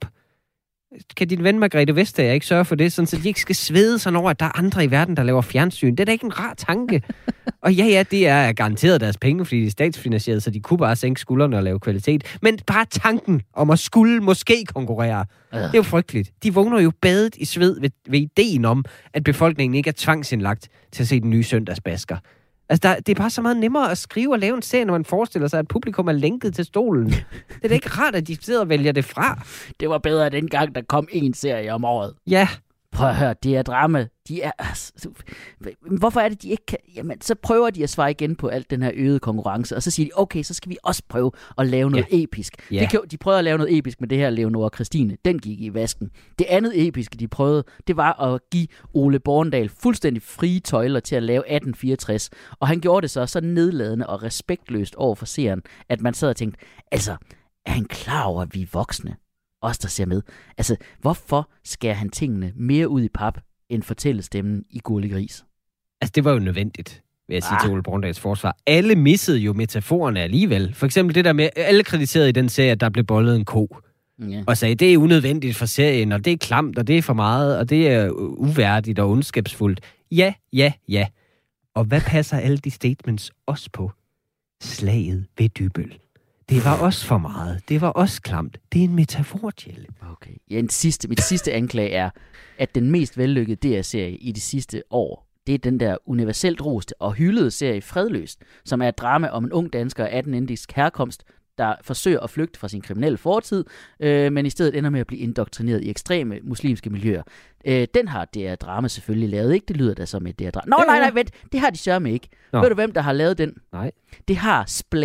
Kan din ven Margrethe Vestager ikke sørge for det, sådan, så de ikke skal svede sådan over, at der er andre i verden, der laver fjernsyn? Det er da ikke en rar tanke. Og ja, ja, det er garanteret deres penge, fordi de er statsfinansieret, så de kunne bare sænke skuldrene og lave kvalitet. Men bare tanken om at skulle måske konkurrere, øh. det er jo frygteligt. De vågner jo badet i sved ved, ved ideen om, at befolkningen ikke er tvangsindlagt til at se den nye søndagsbasker. Altså, der, det er bare så meget nemmere at skrive og lave en serie, når man forestiller sig, at publikum er lænket til stolen. Det er da ikke rart, at de sidder og vælger det fra. Det var bedre dengang, der kom en serie om året. Ja. Prøv at høre, det er drama. De er, altså, hvorfor er det, de ikke kan? Jamen, så prøver de at svare igen på alt den her øgede konkurrence, og så siger de, okay, så skal vi også prøve at lave noget ja. episk. Ja. Det kan, de prøvede at lave noget episk med det her Leonora og Christine. Den gik i vasken. Det andet episke, de prøvede, det var at give Ole Bornedal fuldstændig frie tøjler til at lave atten fireogtres. Og han gjorde det så så nedladende og respektløst over for seeren, at man sad og tænkte, altså, er han klar over, at vi er voksne? Os, der ser med. Altså, hvorfor skærer han tingene mere ud i pap, end fortællestemmen i Gurli Gris? Altså, det var jo nødvendigt, vil jeg sige ah. til Ole Bornedals forsvar. Alle missede jo metaforerne alligevel. For eksempel det der med, alle krediterede i den serie, at der blev bollet en ko. Ja. Og sagde, det er unødvendigt for serien, og det er klamt, og det er for meget, og det er uværdigt og ondskabsfuldt. Ja, ja, ja. Og hvad passer alle de statements også på? Slaget ved Dybbøl. Det var også for meget. Det var også klamt. Det er en metafor, Tjelle. Okay. Ja, en sidste, mit sidste anklage er, at den mest vellykkede D R-serie i de sidste år, det er den der universelt roste og hyldede serie Fredløst, som er et drama om en ung dansker af anden indisk herkomst, der forsøger at flygte fra sin kriminelle fortid, øh, men i stedet ender med at blive indoktrineret i ekstreme muslimske miljøer. Øh, den har D R-drama selvfølgelig lavet, ikke? Det lyder da som et D R-drama. Nå, nej, nej, vent. Det har de sørme ikke. Nå. Ved du, hvem der har lavet den? Nej. Det har Splay.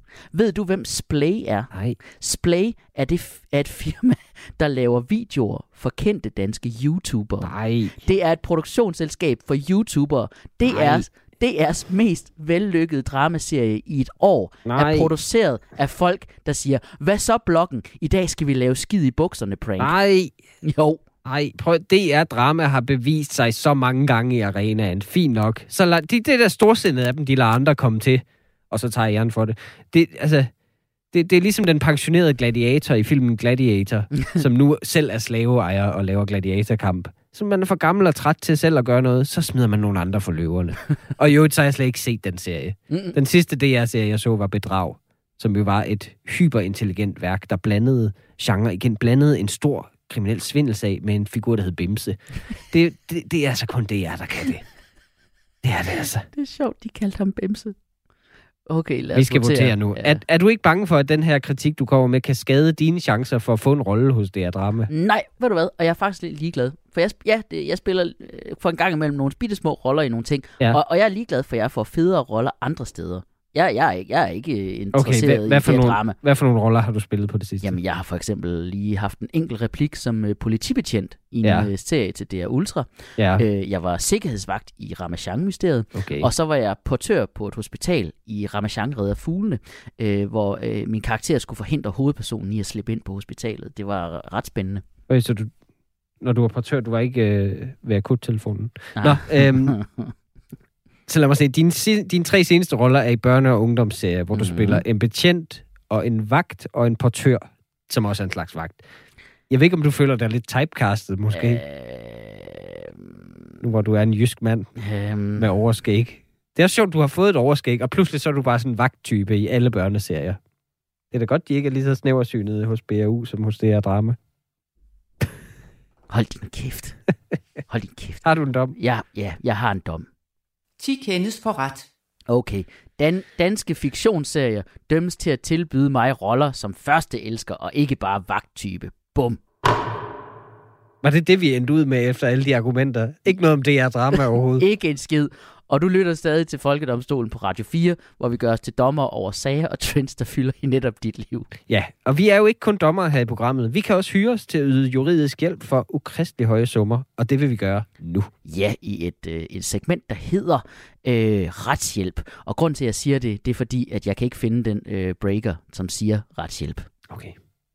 Ved du, hvem Splay er? Nej. Splay er, det, er et firma, der laver videoer for kendte danske YouTubere. Nej. Det er et produktionsselskab for YouTubere. Det Nej. er D R's mest vellykkede dramaserie i et år. Nej. Er produceret af folk, der siger, hvad så bloggen? I dag skal vi lave skid i bukserne prank. Nej. Jo. Nej, prøv, D R Drama har bevist sig så mange gange i arenaen. Fint nok. Så lad, de, det der storsindede af dem, de lader andre komme til, og så tager jeg æren for det. Det, altså, det, det er ligesom den pensionerede gladiator i filmen Gladiator, som nu selv er slaveejer og laver gladiatorkamp. Så man er for gammel og træt til selv at gøre noget, så smider man nogle andre for løverne. Og jo, så har jeg slet ikke set den serie. Mm-mm. Den sidste D R-serie, jeg så, var Bedrag, som jo var et hyperintelligent værk, der blandede genre igen, blandede en stor kriminel svindelsag med en figur, der hed Bimse. Det, det, det er altså kun D R, der kan det. Det er det altså. Det er sjovt, de kaldte ham Bimse. Okay, lad os Vi skal votere, votere nu. Ja. Er, er du ikke bange for, at den her kritik, du kommer med, kan skade dine chancer for at få en rolle hos D R Drama? Nej, ved du hvad? Og jeg er faktisk lidt ligeglad. For jeg, ja, det, jeg spiller øh, for en gang imellem nogle bittesmå roller i nogle ting. Ja. Og, og jeg er ligeglad, for jeg får federe roller andre steder. Jeg, jeg, er, ikke, jeg er ikke interesseret okay, hvad, hvad i det nogle, drama. Hvad for nogle roller har du spillet på det sidste? Jamen, jeg har for eksempel lige haft en enkelt replik som uh, politibetjent i en ja. serie til D R Ultra. Ja. Uh, jeg var sikkerhedsvagt i Ramachan-mysteriet. Okay. Og så var jeg portør på et hospital i Ramachan redder fuglene, uh, hvor uh, min karakter skulle forhindre hovedpersonen i at slippe ind på hospitalet. Det var ret spændende. Okay, så du, når du var portør, du var ikke uh, ved akuttelefonen? Nå, øhm... Så lad mig se, dine, dine tre seneste roller er i børne- og ungdomsserier, hvor du mm-hmm. spiller en betjent og en vagt og en portør, som også er en slags vagt. Jeg ved ikke, om du føler dig lidt typecastet, måske? Øh... Nu hvor du er en jysk mand øh... med overskæg. Det er sjovt, du har fået et overskæg, og pludselig så er du bare sådan en vagttype i alle børneserier. Det er da godt, de ikke er lige så snæversynet hos B R U, som hos D R Drama. Hold din kæft. Hold din kæft. Har du en dom? Ja, ja, jeg har en dom. ti kendes for ret. Okay. Dan- danske fiktionsserier dømmes til at tilbyde mig roller som første elsker, og ikke bare vagttype. Bum. Var det det, vi endte ud med efter alle de argumenter? Ikke noget om D R Drama overhovedet? Ikke en skid. Og du lytter stadig til Folkedomstolen på Radio fire, hvor vi gør os til dommer over sager og trends, der fylder i netop dit liv. Ja, og vi er jo ikke kun dommere her i programmet. Vi kan også hyre os til at yde juridisk hjælp for ukristelig høje summer, og det vil vi gøre nu. Ja, i et, øh, et segment, der hedder øh, retshjælp. Og grund til, at jeg siger det, det er fordi, at jeg kan ikke finde den øh, breaker, som siger retshjælp. Okay.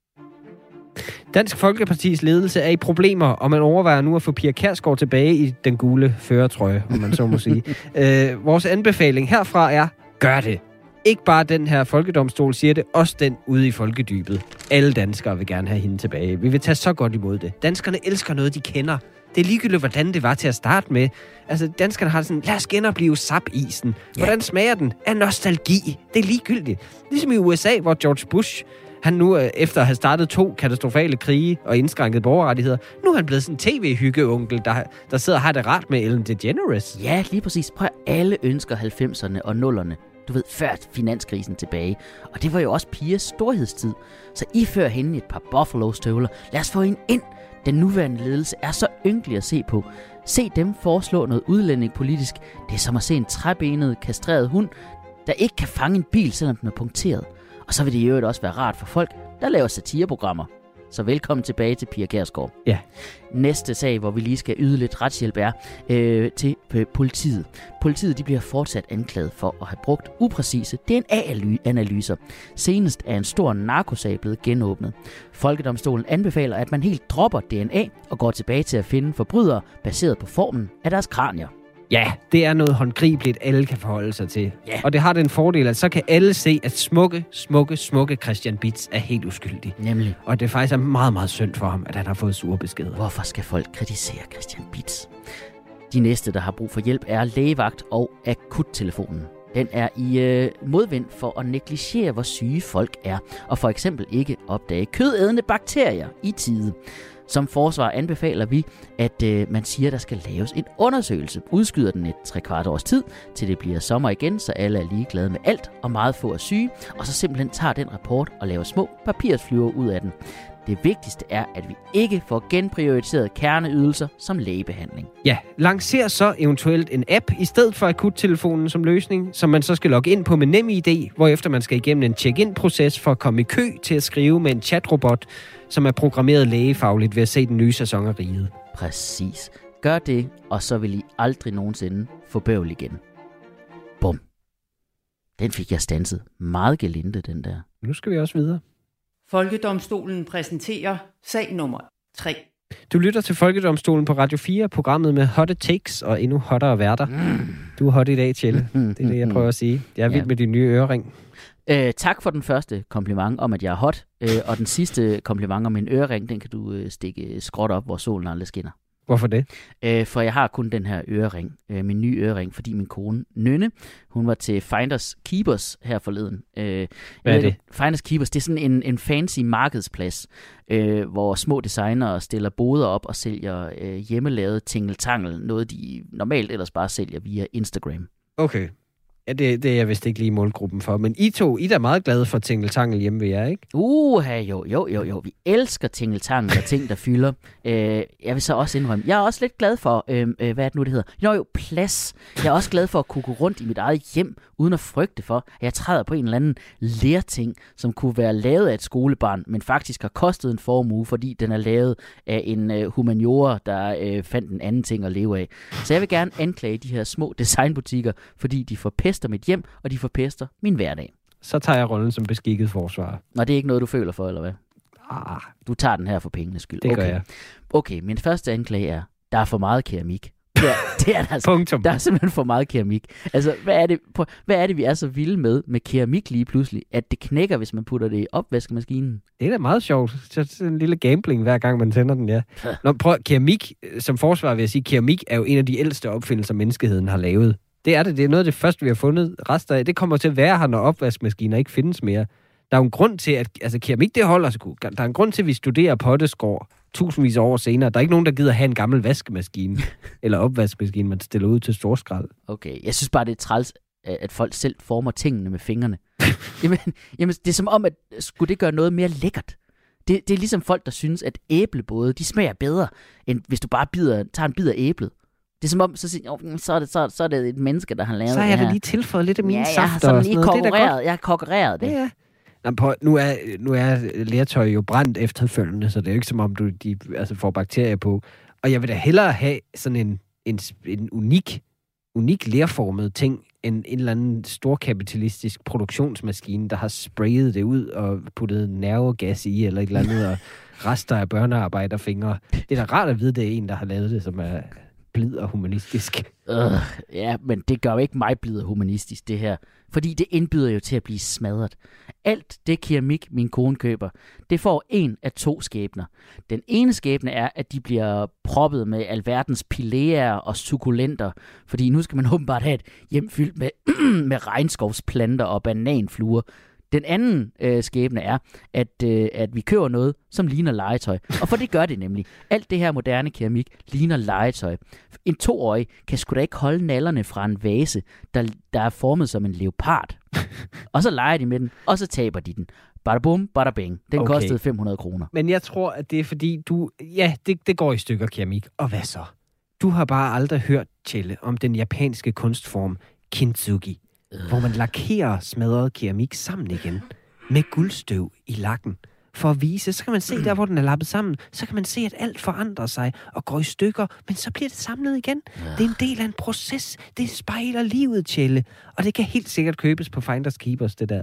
Dansk Folkepartis ledelse er i problemer, og man overvejer nu at få Pia Kjærsgaard tilbage i den gule førertrøje, om man så må sige. øh, vores anbefaling herfra er, gør det. Ikke bare den her folkedomstol siger det, også den ude i folkedybet. Alle danskere vil gerne have hende tilbage. Vi vil tage så godt imod det. Danskerne elsker noget, de kender. Det er ligegyldigt, hvordan det var til at starte med. Altså, danskerne har sådan, lad os genopleve sap-isen. Hvordan smager den? Af nostalgi. Det er ligegyldigt. Ligesom i U S A, hvor George Bush, han nu, efter at have startet to katastrofale krige og indskrænket borgerrettigheder, nu er han blevet sådan en tv-hyggeonkel, der, der sidder og har det rart med Ellen DeGeneres. Ja, lige præcis. Prøv, alle ønsker halvfemserne og nullerne. Du ved, før finanskrisen tilbage. Og det var jo også Pias storhedstid. Så I fører hende et par Buffalo-støvler. Lad os få hende ind. Den nuværende ledelse er så ynkelig at se på. Se dem foreslå noget udlændingepolitisk. Det er som at se en træbenet, kastreret hund, der ikke kan fange en bil, selvom den er punkteret. Og så vil det i øvrigt også være rart for folk, der laver satireprogrammer. Så velkommen tilbage til Pia Kjærsgaard. Ja. Næste sag, hvor vi lige skal yde lidt retshjælp, er øh, til øh, politiet. Politiet de bliver fortsat anklaget for at have brugt upræcise D N A-analyser. Senest er en stor narkosag blevet genåbnet. Folkedomstolen anbefaler, at man helt dropper D N A og går tilbage til at finde forbrydere baseret på formen af deres kranier. Ja, det er noget håndgribeligt, alle kan forholde sig til. Ja. Og det har den fordel, at så kan alle se, at smukke, smukke, smukke Christian Bitz er helt uskyldig. Nemlig. Og det faktisk er meget, meget synd for ham, at han har fået sure beskeder. Hvorfor skal folk kritisere Christian Bitz? De næste, der har brug for hjælp, er lægevagt og akuttelefonen. Den er i øh, modvind for at negligere, hvor syge folk er, og for eksempel ikke opdage kødædende bakterier i tide. Som forsvar anbefaler vi, at øh, man siger, at der skal laves en undersøgelse. Udskyder den et tre kvart års tid, til det bliver sommer igen, så alle er ligeglade med alt, og meget få er syge, og så simpelthen tager den rapport og laver små papirsflyver ud af den. Det vigtigste er, at vi ikke får genprioriteret kerneydelser som lægebehandling. Ja, lancer så eventuelt en app i stedet for akuttelefonen som løsning, som man så skal logge ind på med NemID, hvorefter man skal igennem en check-in-proces for at komme i kø til at skrive med en chatrobot, som er programmeret lægefagligt ved at se den nye sæson af Riget. Præcis. Gør det, og så vil I aldrig nogensinde få bøvl igen. Bum. Den fik jeg standset. Meget gelinde, den der. Nu skal vi også videre. Folkedomstolen præsenterer sag nummer tre. Du lytter til Folkedomstolen på Radio fire, programmet med hotte takes og endnu hottere værter. Mm. Du er hot i dag, Tjelle. Det er det, jeg prøver at sige. Jeg er vild ja. med din nye ørering. Øh, tak for den første kompliment om, at jeg er hot. Øh, og den sidste kompliment om min ørering, den kan du øh, stikke skråt op, hvor solen aldrig skinner. Hvorfor det? Øh, for jeg har kun den her ørering, øh, min nye ørering, fordi min kone Nynne, hun var til Finders Keepers her forleden. Øh, Hvad er det? Finders Keepers, det er sådan en, en fancy markedsplads, øh, hvor små designere stiller boder op og sælger øh, hjemmelavet tingeltangel, noget de normalt ellers bare sælger via Instagram. Okay. Ja, det, det er jeg vist ikke lige målgruppen for. Men I to, I er da meget glade for tingeltangel hjemme ved jer, ikke? Uha, jo, jo, jo, jo. Vi elsker tingeltangel og ting, der fylder. Øh, jeg vil så også indrømme, jeg er også lidt glad for, øh, øh, hvad er det nu, det hedder? Jo, jo, plads. Jeg er også glad for at kunne gå rundt i mit eget hjem, uden at frygte for, at jeg træder på en eller anden lerting, som kunne være lavet af et skolebarn, men faktisk har kostet en formue, fordi den er lavet af en øh, humaniora, der øh, fandt en anden ting at leve af. Så jeg vil gerne anklage de her små designbutikker, fordi de forpester mit hjem, og de forpester min hverdag. Så tager jeg rollen som beskikket forsvarer. Nå, det er ikke noget, du føler for, eller hvad? Ah, du tager den her for pengenes skyld. Det okay. gør jeg. Okay, min første anklage er, der er for meget keramik. Ja, det er der, altså. Punktum. Der er simpelthen for meget keramik. Altså, hvad er, det, hvad er det, vi er så vilde med med keramik lige pludselig? At det knækker, hvis man putter det i opvaskemaskinen? Det er da meget sjovt. Så en lille gambling, hver gang man tænder den, ja. Nå, prøv, keramik, som forsvar vil jeg sige, keramik er jo en af de ældste opfindelser, menneskeheden har lavet. Det er det. Det er noget af det første, vi har fundet rester af. Det kommer til at være her, når opvaskemaskiner ikke findes mere. Der er jo en grund til, at altså, keramik, det holder sig godt. Der er en grund til, at vi studerer potteskår tusindvis af år senere. Der er ikke nogen, der gider have en gammel vaskemaskine eller opvaskemaskine, man stiller ud til storskrald. Okay, jeg synes bare, det er træls, at folk selv former tingene med fingrene. jamen, jamen, det er som om, at skulle det gøre noget mere lækkert. Det, det er ligesom folk, der synes, at æblebåde, de smager bedre, end hvis du bare bider, tager en bid af æblet. Det er som om, så, siger, oh, så, er det, så, så er det et menneske, der har lavet det her. Så har jeg da lige tilføjet lidt af mine ja, safter. Ja, jeg har sådan lige konkurreret, jeg har konkurreret det. Ja, ja. Nå, på, nu, er, nu er lertøj jo brændt efterfølgende, så det er jo ikke som om, du de, altså, får bakterier på. Og jeg vil da hellere have sådan en, en, en unik, unik lerformet ting, end en eller anden storkapitalistisk produktionsmaskine, der har sprayet det ud og puttet nervegas i, eller et eller andet, og rester af børnearbejderfingre. Det er da rart at vide, det er en, der har lavet det, som er blid og humanistisk. Uh, ja, men det gør jo ikke mig blid og humanistisk, det her. Fordi det indbyder jo til at blive smadret. Alt det keramik, min kone køber, det får en af to skæbner. Den ene skæbne er, at de bliver proppet med alverdens pileaer og sukulenter, fordi nu skal man åbenbart have et hjem fyldt med, med regnskovsplanter og bananfluer. Den anden øh, skæbne er, at, øh, at vi køber noget, som ligner legetøj. Og for det gør det nemlig. Alt det her moderne keramik ligner legetøj. En toårig kan sgu da ikke holde nallerne fra en vase, der, der er formet som en leopard. Og så leger de med den, og så taber de den. Bada bum, bada bing. Den okay. Kostede fem hundrede kroner. Men jeg tror, at det er fordi, du... Ja, det, det går i stykker keramik. Og hvad så? Du har bare aldrig hørt, Tjelle, om den japanske kunstform kintsugi. Hvor man lakerer smadret keramik sammen igen med guldstøv i lakken. For at vise, så kan man se der, hvor den er lappet sammen, så kan man se, at alt forandrer sig og går i stykker, men så bliver det samlet igen. Det er en del af en proces. Det spejler livet, Tjelle. Og det kan helt sikkert købes på Finders Keepers, det der.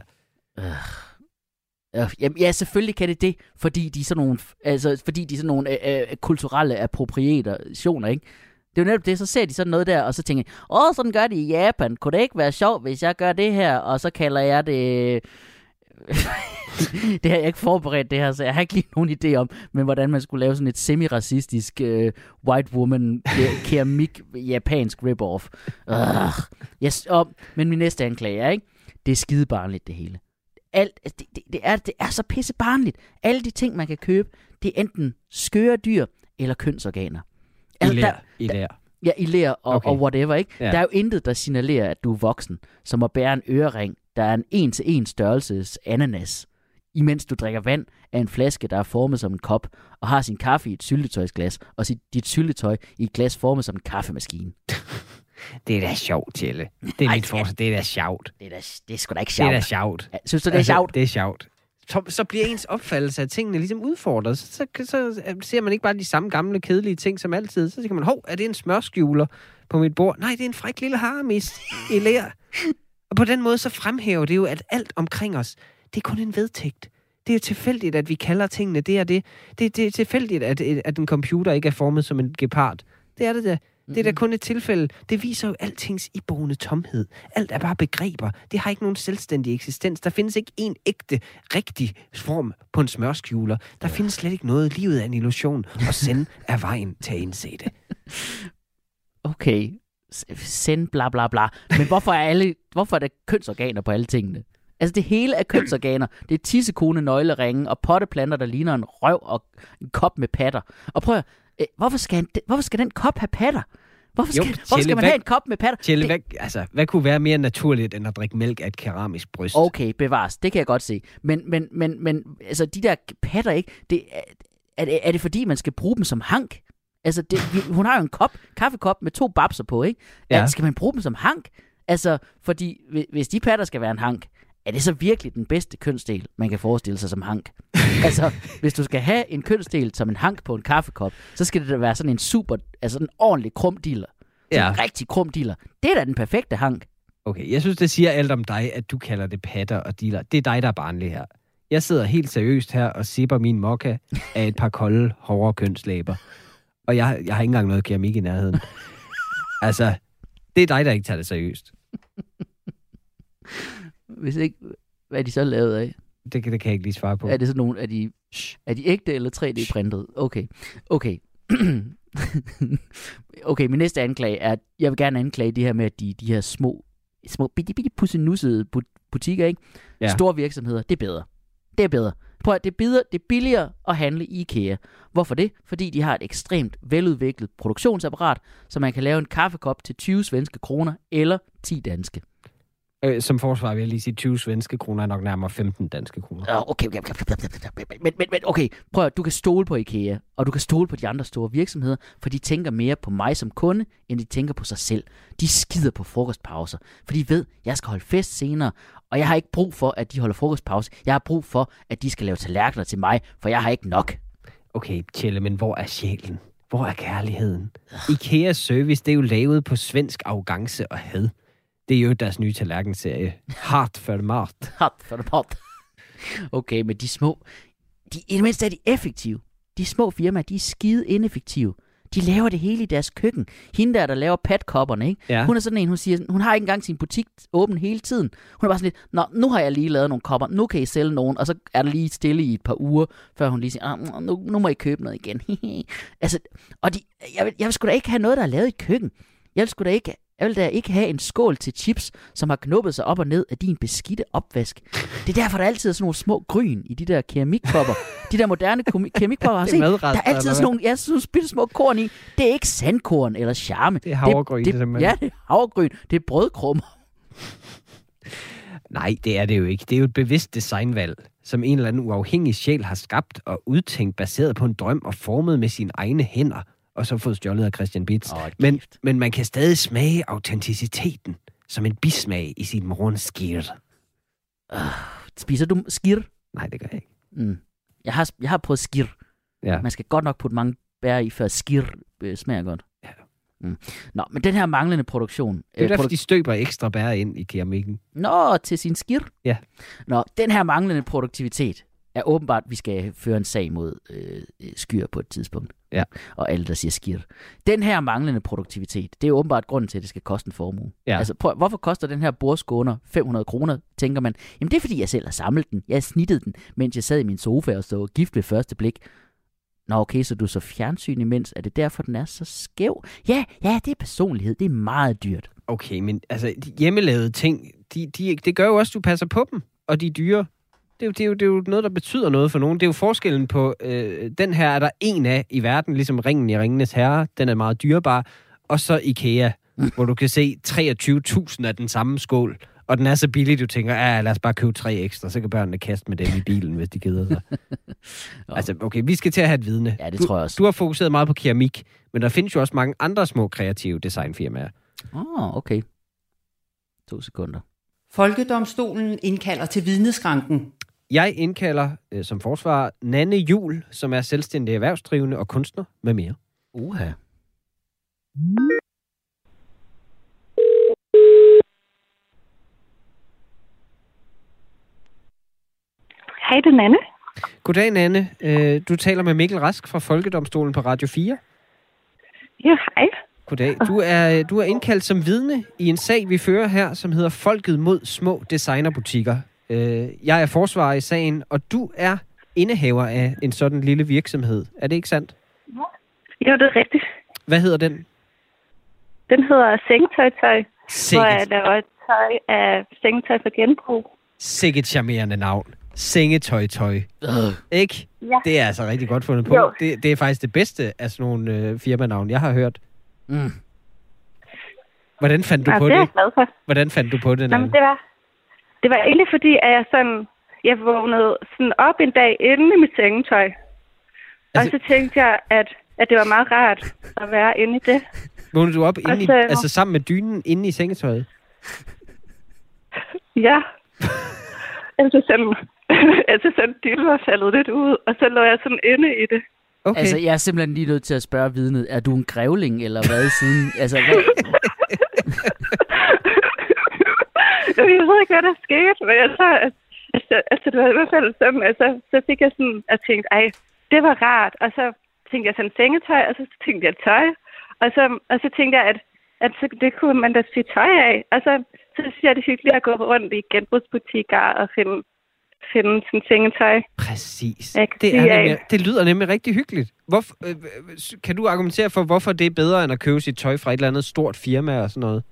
Øh. Jamen, ja, selvfølgelig kan det det, fordi de er sådan nogle, altså, fordi de er sådan nogle øh, øh, kulturelle appropriationer, ikke? Det er jo netop det, så ser de sådan noget der, og så tænker jeg, åh, sådan gør de i Japan. Kunne det ikke være sjovt, hvis jeg gør det her? Og så kalder jeg det... det har jeg ikke forberedt, det her, så jeg har ikke lige nogen idé om, men hvordan man skulle lave sådan et semi-racistisk uh, white woman keramik japansk rip-off. Uh, yes, og, men min næste anklage er, ikke? Det er skidebarnligt, det hele. Alt, det, det, det, er, det er så pissebarnligt. Alle de ting, man kan købe, det er enten skøre dyr eller kønsorganer. Altså, I lær. I lær. Ja, i lær og, okay. og whatever, ikke? Ja. Der er jo intet, der signalerer, at du er voksen, som at bære en ørering, der er en en-til-en størrelses ananas, imens du drikker vand af en flaske, der er formet som en kop, og har sin kaffe i et syltetøjsglas, og sit, dit syltetøj i et glas formet som en kaffemaskine. Det er da sjovt, Tjelle. Det er Ej, mit forslag. Det er da sjovt. Det er, da, det er sgu da ikke sjovt. Det er da sjovt. Ja, synes du, det er altså, sjovt? Det er sjovt. Så, så bliver ens opfattelse af tingene ligesom udfordret. Så, så, så ser man ikke bare de samme gamle, kedelige ting som altid. Så tænker man, hov, er det en smørskjuler på mit bord? Nej, det er en fræk lille haramis i lær. Og på den måde så fremhæver det jo, at alt omkring os, det er kun en vedtægt. Det er tilfældigt, at vi kalder tingene det og det. Det, det er tilfældigt, at, at en computer ikke er formet som en gepard. Det er det da. Det er da kun et tilfælde. Det viser jo altings iboende tomhed. Alt er bare begreber. Det har ikke nogen selvstændig eksistens. Der findes ikke en ægte, rigtig form på en smørskjuler. Der findes slet ikke noget. Livet er en illusion, og send er vejen til at indse det. Okay. Send bla bla bla. Men hvorfor er, alle, hvorfor er der kønsorganer på alle tingene? Altså det hele er kønsorganer. Det er tissekone, nøgleringe og potteplanter, der ligner en røv og en kop med patter. Og prøv at Hvorfor skal, hvorfor skal den kop have patter? Hvorfor skal, jo, Tjelle, hvorfor skal man hvad, have en kop med patter? Tjelle, det, hvad, altså, hvad kunne være mere naturligt, end at drikke mælk af et keramisk bryst? Okay, bevares. Det kan jeg godt se. Men, men, men, men altså, de der patter, ikke? Det, er, det, er det fordi, man skal bruge dem som hank? Altså, det, hun har jo en kop, kaffekop med to babser på, ikke? Ja. Skal man bruge dem som hank? Altså, fordi hvis de patter skal være en hank, er det så virkelig den bedste kønsdel, man kan forestille sig som hank? Altså, hvis du skal have en kønsdel som en hank på en kaffekop, så skal det da være sådan en super, altså en ordentlig krumdiller. Ja. En rigtig krumdiller. Det er da den perfekte hank. Okay, jeg synes, det siger alt om dig, at du kalder det patter og diller. Det er dig, der er barnlig her. Jeg sidder helt seriøst her og sipper min mokka af et par kolde, hårde kønslæber. Og jeg, jeg har ikke engang noget keramik i nærheden. Altså, det er dig, der ikke tager det seriøst. Hvis ikke, hvad er de så lavet af? Det, det kan jeg ikke lige svare på. Er det sådan nogle, er de, er de ægte eller tre D-printet? Okay, okay. Okay, min næste anklage er, at jeg vil gerne anklage det her med, at de, de her små, små bitte, bitte pussenussede butikker, ikke? Ja. Store virksomheder, det er bedre. Det er bedre. Prøv at det er, bedre, det er billigere at handle i IKEA. Hvorfor det? Fordi de har et ekstremt veludviklet produktionsapparat, så man kan lave en kaffekop til tyve svenske kroner eller ti danske. Som forsvar vil jeg lige sige, tyve svenske kroner er nok nærmere femten danske kroner. Okay, okay, okay. Men, men, men okay, prøv at du kan stole på IKEA, og du kan stole på de andre store virksomheder, for de tænker mere på mig som kunde, end de tænker på sig selv. De skider på frokostpauser, for de ved, at jeg skal holde fest senere, og jeg har ikke brug for, at de holder frokostpause. Jeg har brug for, at de skal lave tallerkener til mig, for jeg har ikke nok. Okay, Tjelle, men hvor er sjælen? Hvor er kærligheden? IKEAs service, det er jo lavet på svensk arrogance og had. Det er jo deres nye tallerkenserie. Hart for det mat. Hart for det mat. Okay, men de små... De, I det mindste er de effektive. De små firmaer, de er skide ineffektive. De laver det hele i deres køkken. Hende der, der laver patkopperne, ikke? Ja. Hun er sådan en, hun siger... Hun har ikke engang sin butik åben hele tiden. Hun er bare sådan lidt... Nå, nu har jeg lige lavet nogle kopper. Nu kan I sælge nogen. Og så er der lige stille i et par uger, før hun lige siger... Ah, nu, nu må I købe noget igen. Altså... Og de, jeg, vil, jeg vil sgu da ikke have noget, der er lavet i køkken. Jeg vil sgu da ikke... Jeg vil da ikke have en skål til chips, som har knuppet sig op og ned af din beskidte opvask. Det er derfor, der altid er sådan nogle små gryn i de der keramikkopper. De der moderne keramikkopper har set. Der er altid sådan nogle, ja, sådan nogle bitte små korn i. Det er ikke sandkorn eller charme. Det er havregryn, det, det, ja, det er havregryn. Det er brødkrummer. Nej, det er det jo ikke. Det er jo et bevidst designvalg, som en eller anden uafhængig sjæl har skabt og udtænkt, baseret på en drøm og formet med sine egne hænder. Og så fået stjålet af Christian Bitz. Oh, men, men man kan stadig smage autenticiteten som en bismag i sin morgenskir. Uh, spiser du skir? Nej, det gør jeg ikke. Mm. Jeg, har, jeg har prøvet skir. Ja. Man skal godt nok putte mange bær i, før skir øh, smager godt. Ja. Mm. Nå, men den her manglende produktion... Det er øh, derfor, produ- de støber ekstra bær ind i keramikken. Nå, til sin skir? Ja. Nå, den her manglende produktivitet er åbenbart, at vi skal føre en sag mod øh, skyr på et tidspunkt. Ja. Og alle, der siger skir. Den her manglende produktivitet, det er åbenbart grunden til, at det skal koste en formue. Ja. Altså, prøv, hvorfor koster den her bordskåner fem hundrede kroner, tænker man? Jamen, det er, fordi jeg selv har samlet den. Jeg har snittet den, mens jeg sad i min sofa og så gift ved første blik. Nå, okay, så du så fjernsyn imens. Er det derfor, den er så skæv? Ja, ja, det er personlighed. Det er meget dyrt. Okay, men altså, de hjemmelavede ting, de, de, det gør jo også, at du passer på dem. Og de er dyre. Det er, jo, det, er jo, det er jo noget, der betyder noget for nogen. Det er jo forskellen på, øh, den her er der en af i verden, ligesom Ringen i Ringenes Herre. Den er meget dyrebar. Og så IKEA, mm. hvor du kan se treogtyve tusind af den samme skål. Og den er så billig, du tænker, ja, lad os bare købe tre ekstra, så kan børnene kaste med dem i bilen, hvis de gider sig. Altså, okay, vi skal til at have et vidne. Ja, det du, tror jeg også. Du har fokuseret meget på keramik, men der findes jo også mange andre små kreative designfirmaer. Åh, oh, okay. To sekunder. Folkedomstolen indkalder til vidneskranken. Jeg indkalder øh, som forsvarer Nanne Juhl, som er selvstændig erhvervsdrivende og kunstner med mere. Uha. Hej, det er Nanne. Goddag, Nanne. Øh, du taler med Mikkel Rask fra Folkedomstolen på Radio fire. Ja, hej. Goddag. Du er, du er indkaldt som vidne i en sag, vi fører her, som hedder Folket mod små designerbutikker. Øh, jeg er forsvarer i sagen, og du er indehaver af en sådan lille virksomhed. Er det ikke sandt? Jo, det er rigtigt. Hvad hedder den? Den hedder Sengetøj-tøj, Sikkert. hvor jeg laver et tøj af sengetøj for genbrug. Sikkert charmerende navn. Sengetøj-tøj. Øh. Ikke? Ja. Det er altså rigtig godt fundet på. Det, det er faktisk det bedste af sådan nogle øh, firmanavn, jeg har hørt. Mm. Hvordan fandt du ja, på det? det? Er jeg glad for. Hvordan fandt du på det? Jamen, det var, det var egentlig fordi, at jeg sådan, jeg vågnede sådan op en dag inde i mit sengetøj. Altså, og så tænkte jeg, at, at det var meget rart at være inde i det. Vågnede du op inde så, i, altså sammen med dynen inde i sengetøjet? Ja. altså sådan, altså sådan dynen var faldet lidt ud, og så lå jeg sådan inde i det. Okay. Altså, jeg er simpelthen lige nødt til at spørge vidnet, er du en grævling, eller hvad siden? Altså, hvad? Jeg ved ikke, hvad der skete, men jeg så, altså, altså, det var i hvert fald sådan, altså, så fik jeg sådan, at tænke, ej, det var rart, og så tænkte jeg sådan sengetøj, og så tænkte jeg tøj, og så, og så tænkte jeg, at, at så, det kunne man da sige tøj af, og så, så synes jeg, det er hyggeligt at gå rundt i genbrugsbutikker og finde, finde sådan sengetøj. Præcis. Det, er nemlig, det lyder nemlig rigtig hyggeligt. Hvorfor, øh, kan du argumentere for, hvorfor det er bedre, end at købe sit tøj fra et eller andet stort firma og sådan noget?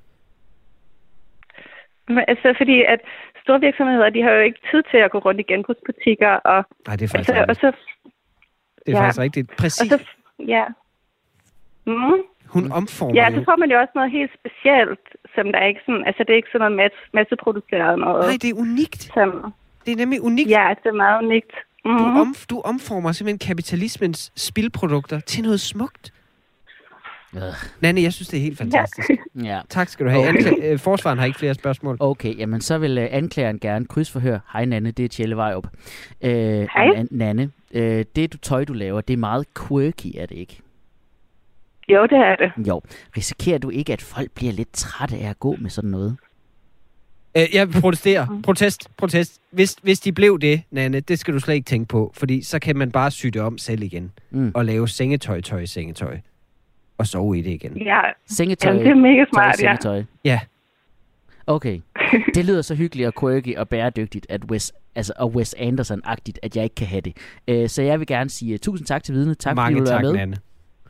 Men, altså, fordi at store virksomheder, de har jo ikke tid til at gå rundt i genbrugsbutikker. Og, Nej, det er faktisk altså, og så, Det er ja. faktisk rigtigt. Præcis. Og så, ja. Mm. Hun omformer Ja, så får man jo også noget helt specielt, som der er ikke sådan, altså det er ikke sådan noget masse, masseproduceret noget. Nej, det er unikt. Som, det er nemlig unikt. Ja, det er meget unikt. Mm. Du, om, du omformer simpelthen kapitalismens spildprodukter til noget smukt. Øh. Nanne, jeg synes, det er helt fantastisk. Ja. ja. Tak skal du have. Ankla- Forsvaren har ikke flere spørgsmål. Okay, jamen så vil uh, anklageren gerne krydsforhøre. Hej Nanne, det er Tjelle Vejrup. Uh, Hej. An- Nanne, uh, det du tøj, du laver, det er meget quirky, er det ikke? Jo, det er det. Jo. Risikerer du ikke, at folk bliver lidt trætte af at gå med sådan noget? Uh, jeg protesterer. Protest, protest. Hvis, hvis de blev det, Nanne, det skal du slet ikke tænke på, fordi så kan man bare sy det om selv igen. Mm. Og lave sengetøj, tøj, sengetøj. Og sove i det igen. Ja, sengetøj, jamen, det er mega smart, tøj, sengetøj. ja. Ja. Okay. Det lyder så hyggeligt og quirky og bæredygtigt, at Wes, altså, og Wes Anderson-agtigt, at jeg ikke kan have det. Uh, så jeg vil gerne sige uh, tusind tak til vidnet. Tak, Mange fordi du tak, var med. Nanne.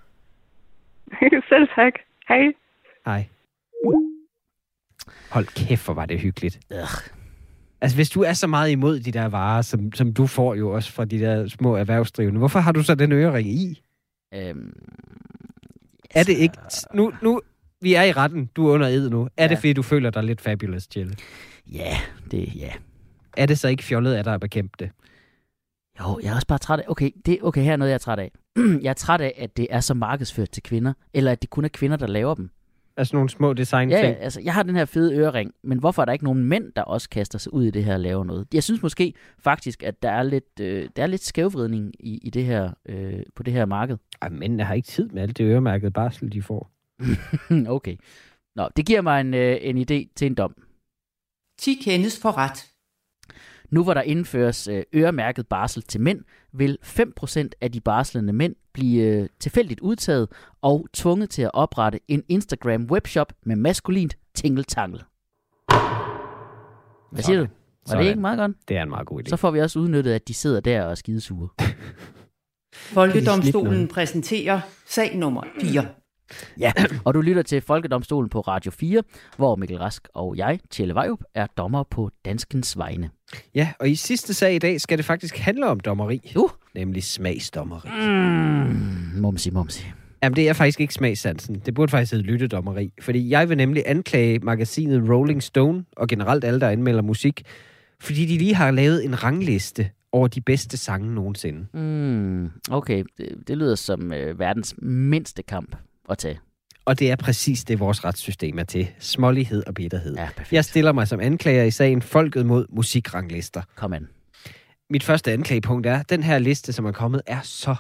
Selv tak. Hej. Hej. Hold kæft, hvor var det hyggeligt. Ugh. Altså, hvis du er så meget imod de der varer, som, som du får jo også fra de der små erhvervsdrivende, hvorfor har du så den ørering i? Øhm, er det ikke... Nu, nu, vi er i retten. Du er under ed nu. Er ja. det, fordi du føler dig lidt fabulous, Tjelle? Ja, det ja. Er det så ikke fjollet af dig at bekæmpe det? Jo, jeg er også bare træt af... Okay, det, okay, her er noget, jeg er træt af. Jeg er træt af, at det er så markedsført til kvinder, eller at det kun er kvinder, der laver dem. Altså nogle små design Ja, altså, jeg har den her fede ørering, men hvorfor er der ikke nogen mænd, der også kaster sig ud i det her og laver noget? Jeg synes måske faktisk, at der er lidt, øh, der er lidt skævvridning i, i det her, øh, på det her marked. Ej, mændene har ikke tid med alt det øremærkede barsel, de får. Okay. Nå, det giver mig en, øh, en idé til en dom. ti kendes for ret. Nu hvor der indføres øh, øremærket barsel til mænd, vil fem procent af de barslende mænd blive øh, tilfældigt udtaget og tvunget til at oprette en Instagram webshop med maskulint tingeltangel. Hvad siger du? Var Sådan. Det ikke meget godt? Det er en meget god idé. Så får vi også udnyttet, at de sidder der og er skidesure. Folkedomstolen præsenterer sag nummer fire. Ja, og du lytter til Folkedomstolen på Radio fire, hvor Mikkel Rask og jeg, Tjelle Vejrup, er dommer på danskens vegne. Ja, og i sidste sag i dag skal det faktisk handle om dommeri. Uh. Nemlig smagsdommeri. Mm, mumsi, mumsi. Jamen, det er faktisk ikke smagssansen. Det burde faktisk hedde lyttedommeri. Fordi jeg vil nemlig anklage magasinet Rolling Stone, og generelt alle, der anmelder musik, fordi de lige har lavet en rangliste over de bedste sange nogensinde. Mm, okay, det, det lyder som øh, verdens mindste kamp at tage. Og det er præcis det, vores retssystem er til. Smålighed og bitterhed. Ja, perfekt. Jeg stiller mig som anklager i sagen Folket mod musikranglister. Kom an. Mit første anklagepunkt er, at den her liste, som er kommet, er så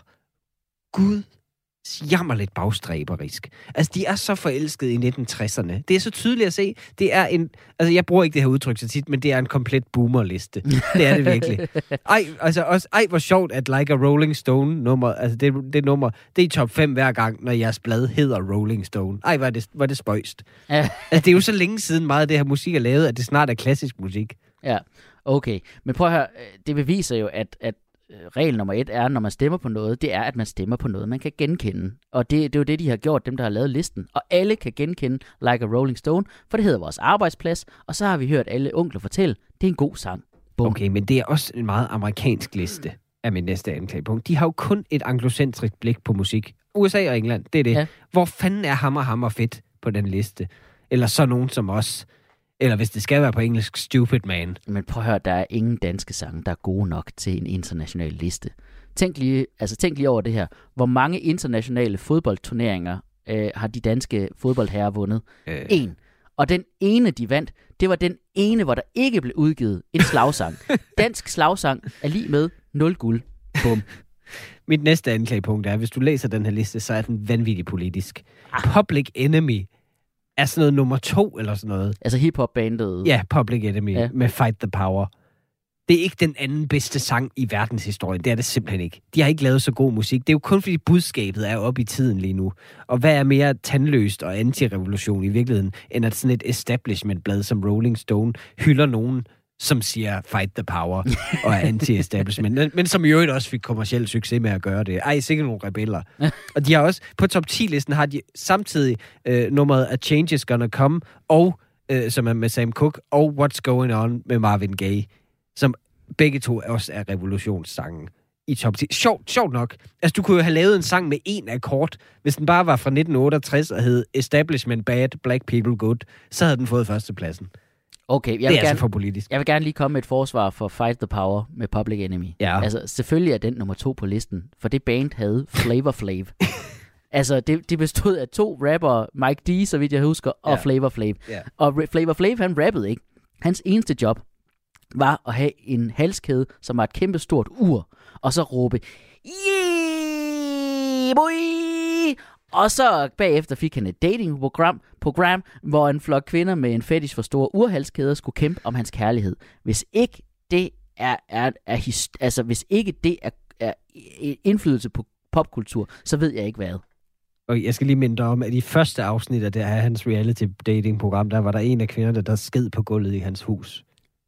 gud jammerligt bagstræberisk. Altså, de er så forelskede i nitten tresserne. Det er så tydeligt at se. Det er en... Altså, jeg bruger ikke det her udtryk så tit, men det er en komplet boomerliste. Det er det virkelig. Ej, altså også... Ej, hvor sjovt, at Like a Rolling Stone-nummer... Altså, det, det nummer... Det er i top fem hver gang, når jeres blad hedder Rolling Stone. Ej, hvor er det, hvor er det spøjst. Ja. Altså, det er jo så længe siden meget af det her musik er lavet, at det snart er klassisk musik. Ja, okay. Men prøv at høre, det beviser jo, at... at regel nummer et er, når man stemmer på noget, det er, at man stemmer på noget, man kan genkende. Og det, det er jo det, de har gjort, dem der har lavet listen. Og alle kan genkende Like a Rolling Stone, for det hedder vores arbejdsplads, og så har vi hørt alle onkler fortælle, det er en god sang. Boom. Okay, men det er også en meget amerikansk liste, er min næste anklagepunkt. De har jo kun et anglocentrisk blik på musik. U S A og England, det er det. Ja. Hvor fanden er hammer, hammer fedt på den liste? Eller så nogen som os. Eller hvis det skal være på engelsk, Stupid Man. Men prøv at høre, der er ingen danske sange, der er gode nok til en international liste. Tænk lige, altså tænk lige over det her. Hvor mange internationale fodboldturneringer øh, har de danske fodboldherrer vundet? Øh. En. Og den ene, de vandt, det var den ene, hvor der ikke blev udgivet en slagsang. Dansk slagsang er lige med nul guld. Bum. Mit næste anklagepunkt er, hvis du læser den her liste, så er den vanvittig politisk. Ah. Public Enemy er sådan noget nummer to, eller sådan noget. Altså hiphop-bandet. Ja, Public Enemy ja. Med Fight the Power. Det er ikke den anden bedste sang i verdenshistorien. Det er det simpelthen ikke. De har ikke lavet så god musik. Det er jo kun fordi budskabet er oppe i tiden lige nu. Og hvad er mere tandløst og anti-revolution i virkeligheden, end at sådan et establishment-blad som Rolling Stone hylder nogen, som siger Fight the Power og er anti-establishment. Men, men som i øvrigt også fik kommerciel succes med at gøre det. Ej, sikkert nogle rebeller. Og de har også, på top ti-listen har de samtidig øh, nummeret A Change Is Gonna Come, og, øh, som er med Sam Cooke, og What's Going On med Marvin Gaye, som begge to også er revolutionssangen i top ti. Sjovt, sjovt nok. Altså, du kunne jo have lavet en sang med en akkord, hvis den bare var fra nitten otteogtres og hed Establishment Bad, Black People Good, så havde den fået førstepladsen. Okay, jeg det er vil altså gerne, for politisk. Jeg vil gerne lige komme med et forsvar for Fight the Power med Public Enemy. Ja. Altså, selvfølgelig er den nummer to på listen, for det band havde Flavor Flav. Altså, det, det bestod af to rappere, Mike D, så vidt jeg husker, og ja. Flavor Flav. Ja. Og Flavor Flav, han rappede ikke. Hans eneste job var at have en halskæde, som var et kæmpe stort ur, og så råbe, yeah, boy! Og så bagefter fik han et datingprogram, program, hvor en flok kvinder med en fetish for store urhalskæder skulle kæmpe om hans kærlighed. Hvis ikke det er, er, er, er altså hvis ikke det er, er indflydelse på popkultur, så ved jeg ikke hvad. Og jeg skal lige minde dig om, at i første afsnit af det her hans reality datingprogram, der var der en af kvinderne, der sked på gulvet i hans hus.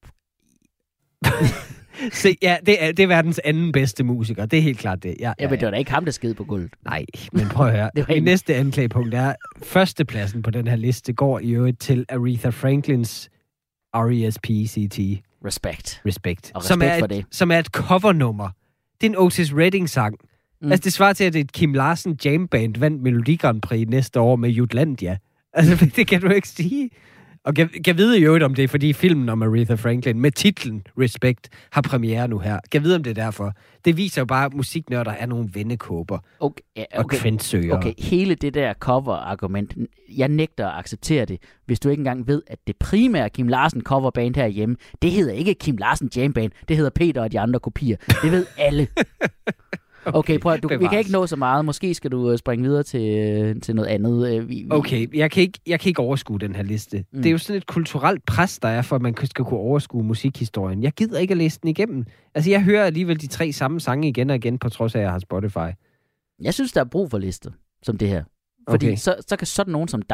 Se, ja, det er, det er verdens anden bedste musiker. Det er helt klart det. Ja, ja, ja, men det var da ikke ham, der sked på gulvet. Nej, men prøv at høre. Min næste anklagepunkt er, førstepladsen på den her liste går i øvrigt til Aretha Franklins R E S P C T. Respect. Respect. Og respekt som er for et, det. Som er et covernummer. Det er en Otis Redding-sang. Mm. Altså, det svarer til, at et Kim Larsen Jam-band vandt Melodi Grand Prix næste år med Jutlandia. Altså, det kan du ikke sige. Og kan, kan vide i øvrigt, om det er, fordi filmen om Aretha Franklin med titlen Respect har premiere nu her. Kan vide, om det er derfor. Det viser jo bare, at musiknørder er nogle vennekåber okay, okay, og kvindsøgere. Okay, hele det der cover-argument, jeg nægter at acceptere det, hvis du ikke engang ved, at det primære Kim Larsen coverband herhjemme, det hedder ikke Kim Larsen Jam-band, det hedder Peter og de andre kopier. Det ved alle. Okay, okay, prøv at, du, vi kan ikke nå så meget. Måske skal du springe videre til, til noget andet. Vi, vi... Okay, jeg kan, ikke, jeg kan ikke overskue den her liste. Mm. Det er jo sådan et kulturelt pres, der er for, at man skal kunne overskue musikhistorien. Jeg gider ikke at læse den igennem. Altså, jeg hører alligevel de tre samme sange igen og igen, på trods af, at jeg har Spotify. Jeg synes, der er brug for lister som det her. Fordi okay. så, så kan sådan nogen som dig,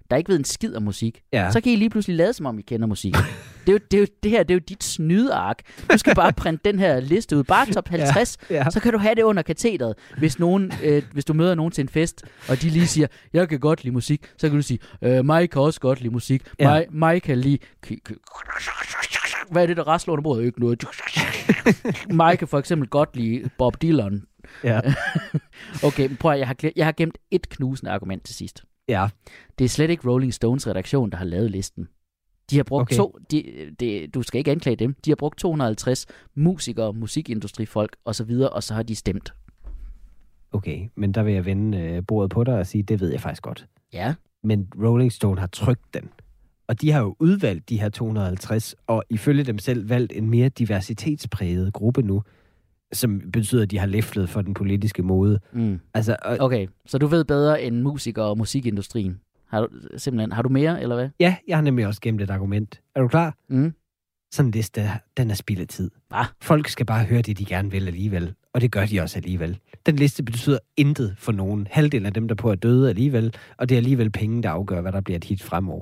der ikke ved en skid om musik, ja. så kan I lige pludselig lade som om I kender musik. Det, er jo, det, er jo, det her det er jo dit snydeark. Du skal bare printe den her liste ud. Bare top halvtreds, ja, ja. Så kan du have det under katedret. Hvis, nogen, øh, hvis du møder nogen til en fest, og de lige siger, jeg kan godt lide musik, så kan du sige, øh, mig kan også godt lide musik. Ja. Mig, mig kan lide... Hvad er det, der rasler under bordet? Ikke noget. Mig kan for eksempel godt lide Bob Dylan. Ja. Okay, prøv at, jeg har, jeg har gemt et knusende argument til sidst. Ja. Det er slet ikke Rolling Stones redaktion, der har lavet listen. De har brugt okay. to, de, de, du skal ikke anklage dem, de har brugt to hundrede og halvtreds musikere, musikindustrifolk osv., og så har de stemt. Okay, men der vil jeg vende øh, bordet på dig og sige, det ved jeg faktisk godt. Ja. Men Rolling Stone har trykt den. Og de har jo udvalgt de her to hundrede og halvtreds, og ifølge dem selv valgt en mere diversitetspræget gruppe nu, som betyder, at de har læflet for den politiske mode. Mm. Altså, og... Okay, så du ved bedre end musikere og musikindustrien. Har du, simpelthen, har du mere, eller hvad? Ja, jeg har nemlig også gemt et argument. Er du klar? Mm. Sådan en liste, den er spild af tid. Hva? Folk skal bare høre det, de gerne vil alligevel. Og det gør de også alligevel. Den liste betyder intet for nogen. Halvdelen af dem, der på er døde alligevel. Og det er alligevel penge, der afgør, hvad der bliver et hit fremover.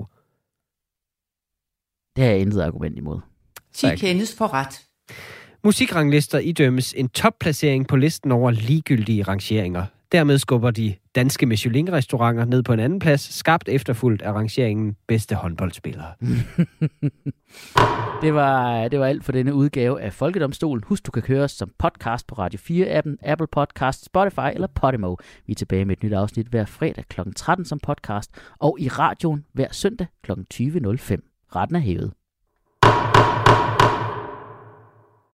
Det har jeg intet argument imod. Sig kendes for ret. Musikranglister idømmes en topplacering på listen over ligegyldige rangeringer. Dermed skubber de danske Michelin-restauranter ned på en anden plads, skarpt efterfulgt af rangeringen bedste håndboldspillere. det, var, det var alt for denne udgave af Folkedomstolen. Husk, du kan høre os som podcast på Radio fire-appen, Apple Podcasts, Spotify eller Podimo. Vi er tilbage med et nyt afsnit hver fredag klokken tretten som podcast, og i radioen hver søndag klokken tyve nul fem. Retten er hævet.